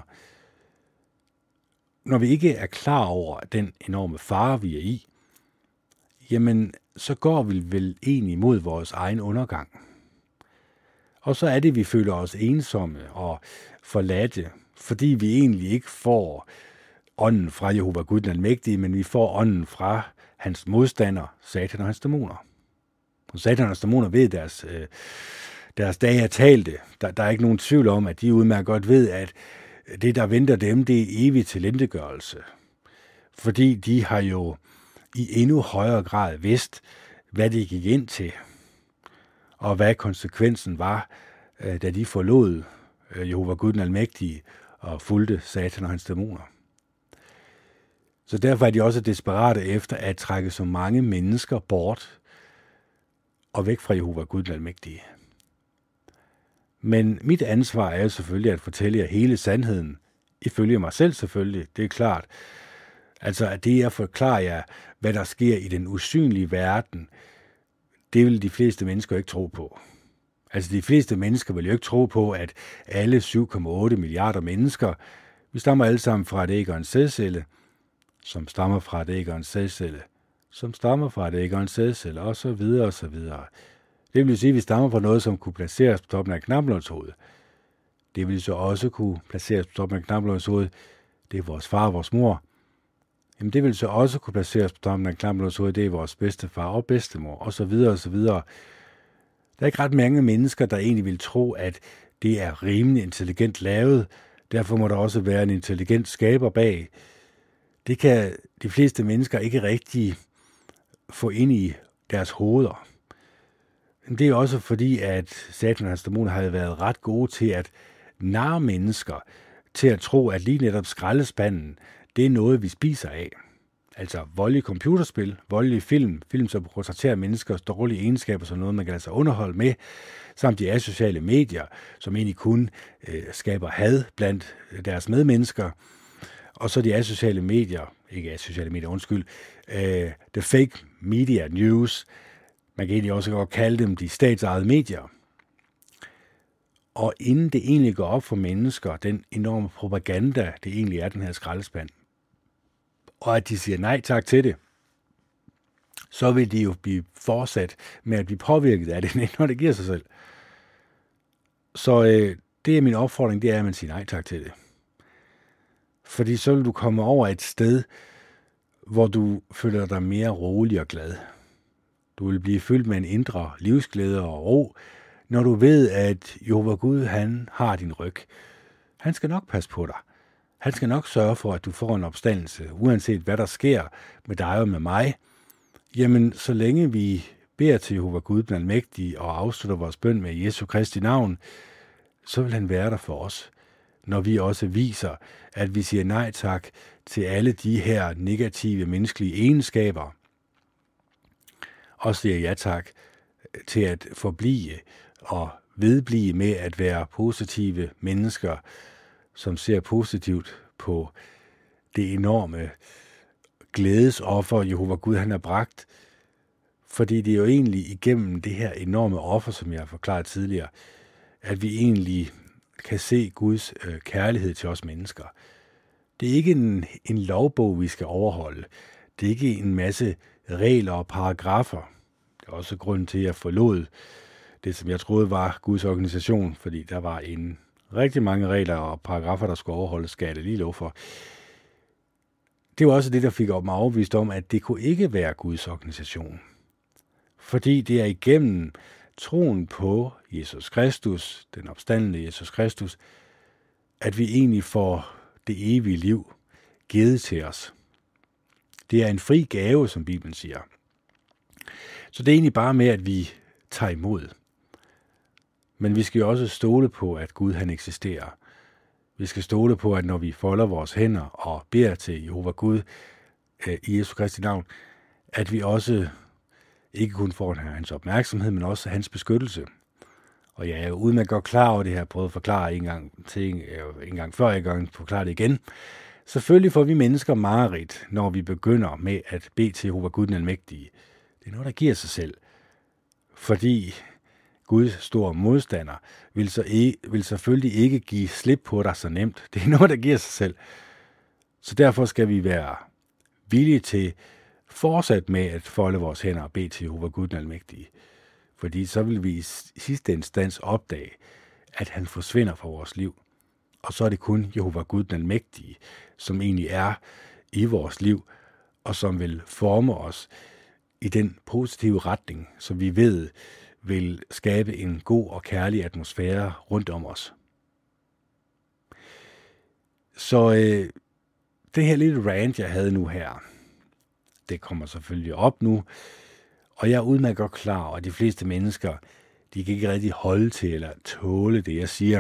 Når vi ikke er klar over den enorme fare, vi er i, jamen så går vi vel egentlig mod vores egen undergang. Og så er det, vi føler os ensomme og forladte, fordi vi egentlig ikke får ånden fra Jehova Gud den Almægtige, men vi får ånden fra hans modstander, Satan og hans dæmoner. Og Satan og hans dæmoner ved, deres, øh, deres dage er talte. Der, der er ikke nogen tvivl om, at de udmærket godt ved, at det, der venter dem, det er evig tilintetgørelse. Fordi de har jo i endnu højere grad vidst, hvad de gik ind til, og hvad konsekvensen var, da de forlod Jehova Gud den Almægtige og fulgte Satan og hans dæmoner. Så derfor er de også desperate efter at trække så mange mennesker bort og væk fra Jehova Gud den Almægtige. Men mit ansvar er selvfølgelig at fortælle jer hele sandheden, ifølge mig selv selvfølgelig, det er klart. Altså at det at forklare jer, hvad der sker i den usynlige verden, det vil de fleste mennesker ikke tro på. Altså de fleste mennesker vil jo ikke tro på, at alle syv komma otte milliarder mennesker, vi stammer alle sammen fra et æg og en sædcelle, som stammer fra et æg og en sædcelle, som stammer fra et æg og en sædcelle, og så videre og så videre. Det vil sige, at vi stammer fra noget, som kunne placeres på toppen af Knappelunds hoved. Det vil så også kunne placeres på toppen af Knappelunds hoved. Det er vores far og vores mor. Jamen det vil så også kunne placeres på toppen af Knappelunds hoved. Det er vores bedstefar og bedstemor, og så videre og så videre. Der er ikke ret mange mennesker, der egentlig vil tro, at det er rimelig intelligent lavet. Derfor må der også være en intelligent skaber bag. Det kan de fleste mennesker ikke rigtig få ind i deres hoveder. Det er også fordi, at Satan og hans dæmoner havde været ret gode til at narre mennesker til at tro, at lige netop skraldespanden, det er noget, vi spiser af. Altså voldelige computerspil, voldelige film, film, som portrætterer menneskers dårlige egenskaber, som noget, man kan lade sig underholde med, samt de asociale medier, som egentlig kun øh, skaber had blandt deres medmennesker, og så de asociale medier, ikke asociale medier, undskyld, øh, the fake media news, man kan egentlig også godt kalde dem de statsejede medier. Og inden det egentlig går op for mennesker, den enorme propaganda, det egentlig er den her skraldespand, og at de siger nej tak til det, så vil de jo blive fortsat med at blive påvirket af det, når det giver sig selv. Så øh, det er min opfordring, det er, at man siger nej tak til det. Fordi så vil du komme over et sted, hvor du føler dig mere rolig og glad. Du vil blive fyldt med en indre livsglæde og ro, når du ved, at Jehova Gud, han har din ryg. Han skal nok passe på dig. Han skal nok sørge for, at du får en opstandelse, uanset hvad der sker med dig og med mig. Jamen, så længe vi beder til Jehova Gud den almægtige og afslutter vores bøn med Jesu Kristi navn, så vil han være der for os, når vi også viser, at vi siger nej tak til alle de her negative menneskelige egenskaber, og siger ja tak til at forblive og vedblive med at være positive mennesker, som ser positivt på det enorme glædesoffer, Jehova Gud han har bragt. Fordi det er jo egentlig igennem det her enorme offer, som jeg har forklaret tidligere, at vi egentlig kan se Guds øh, kærlighed til os mennesker. Det er ikke en, en lovbog, vi skal overholde. Det er ikke en masse regler og paragrafer. Det er også grund til, at jeg forlod det, som jeg troede var Guds organisation, fordi der var en rigtig mange regler og paragrafer, der skulle overholdes, skal jeg det lige lov for. Det var også det, der fik mig overbevist om, at det kunne ikke være Guds organisation. Fordi det er igennem troen på Jesus Kristus, den opstandende Jesus Kristus, at vi egentlig får det evige liv givet til os. Det er en fri gave, som Bibelen siger. Så det er egentlig bare med, at vi tager imod. Men vi skal jo også stole på, at Gud han eksisterer. Vi skal stole på, at når vi folder vores hænder og beder til Jehova Gud øh, i Jesu Kristi navn, at vi også ikke kun får hans opmærksomhed, men også hans beskyttelse. Og jeg er jo udmærket godt klar over det her, prøvet at forklare en gang, til, en gang før, jeg kan forklare det igen. Selvfølgelig får vi mennesker mareridt, når vi begynder med at bede til Jehova Gud den almægtige. Det er noget, der giver sig selv. Fordi Guds store modstander vil, så ikke, vil selvfølgelig ikke give slip på dig så nemt. Det er noget, der giver sig selv. Så derfor skal vi være villige til fortsat med at folde vores hænder og bede til Jehova Gud den almægtige. Fordi så vil vi i sidste instans opdage, at han forsvinder fra vores liv. Og så er det kun Jehova Gud den almægtige, som egentlig er i vores liv, og som vil forme os i den positive retning, som vi ved vil skabe en god og kærlig atmosfære rundt om os. Så øh, det her lille rant, jeg havde nu her, det kommer selvfølgelig op nu, og jeg er udmærket godt klar over, at de fleste mennesker, de kan ikke rigtig holde til eller tåle det, jeg siger.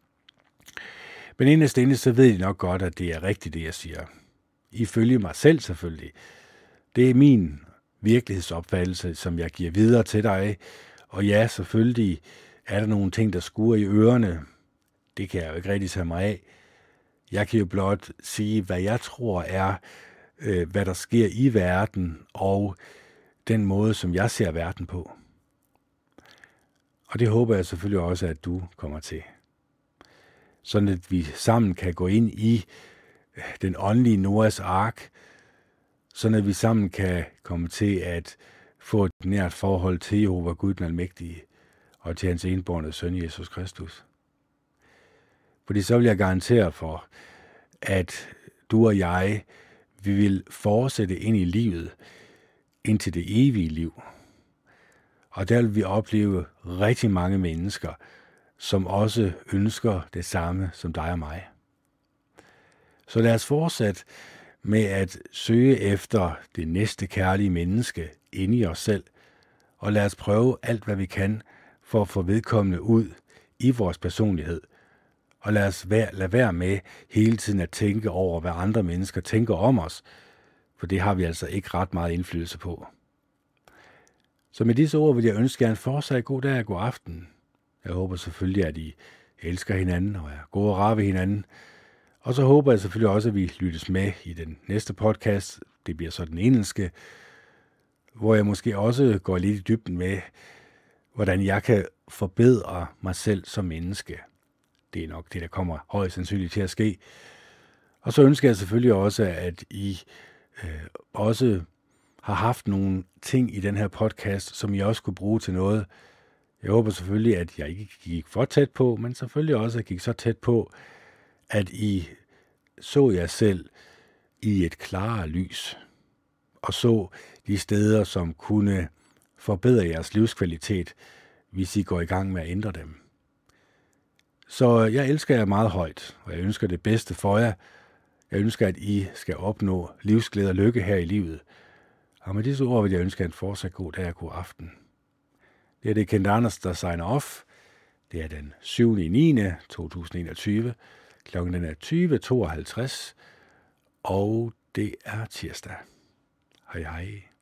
Men inderst inde, så ved de nok godt, at det er rigtigt, det jeg siger. Ifølge mig selv selvfølgelig. Det er min virkelighedsopfattelse, som jeg giver videre til dig. Og ja, selvfølgelig er der nogle ting, der skuer i ørerne. Det kan jeg jo ikke rigtig tage mig af. Jeg kan jo blot sige, hvad jeg tror er, øh, hvad der sker i verden, og den måde, som jeg ser verden på. Og det håber jeg selvfølgelig også, at du kommer til. Sådan at vi sammen kan gå ind i den åndelige Noahs ark, sådan at vi sammen kan komme til at få et nært forhold til Jehova Gud den almægtige og til hans enbårne søn Jesus Kristus. Fordi så vil jeg garantere for, at du og jeg, vi vil fortsætte ind i livet, ind til det evige liv. Og der vil vi opleve rigtig mange mennesker, som også ønsker det samme som dig og mig. Så lad os fortsætte med at søge efter det næste kærlige menneske inde i os selv, og lad os prøve alt, hvad vi kan, for at få vedkommende ud i vores personlighed. Og lad os være, lad være med hele tiden at tænke over, hvad andre mennesker tænker om os, for det har vi altså ikke ret meget indflydelse på. Så med disse ord vil jeg ønske jer en fortsat god dag og god aften. Jeg håber selvfølgelig, at I elsker hinanden og er gode og rare ved hinanden. Og så håber jeg selvfølgelig også, at vi lyttes med i den næste podcast. Det bliver så den engelske, hvor jeg måske også går lidt i dybden med, hvordan jeg kan forbedre mig selv som menneske. Det er nok det, der kommer højst sandsynligt til at ske. Og så ønsker jeg selvfølgelig også, at I øh, også har haft nogle ting i den her podcast, som I også kunne bruge til noget. Jeg håber selvfølgelig, at jeg ikke gik for tæt på, men selvfølgelig også, at jeg gik så tæt på, at I så jer selv i et klarere lys, og så de steder, som kunne forbedre jeres livskvalitet, hvis I går i gang med at ændre dem. Så jeg elsker jer meget højt, og jeg ønsker det bedste for jer. Jeg ønsker, at I skal opnå livsglæde og lykke her i livet. Og med disse ord vil jeg ønske jer en fortsat god dag og god aften. Det er det Kent Anders, der signer off. Det er den syvende niende to tusind enogtyve. Klokken er tyve tooghalvtreds, og det er tirsdag. Hej hej.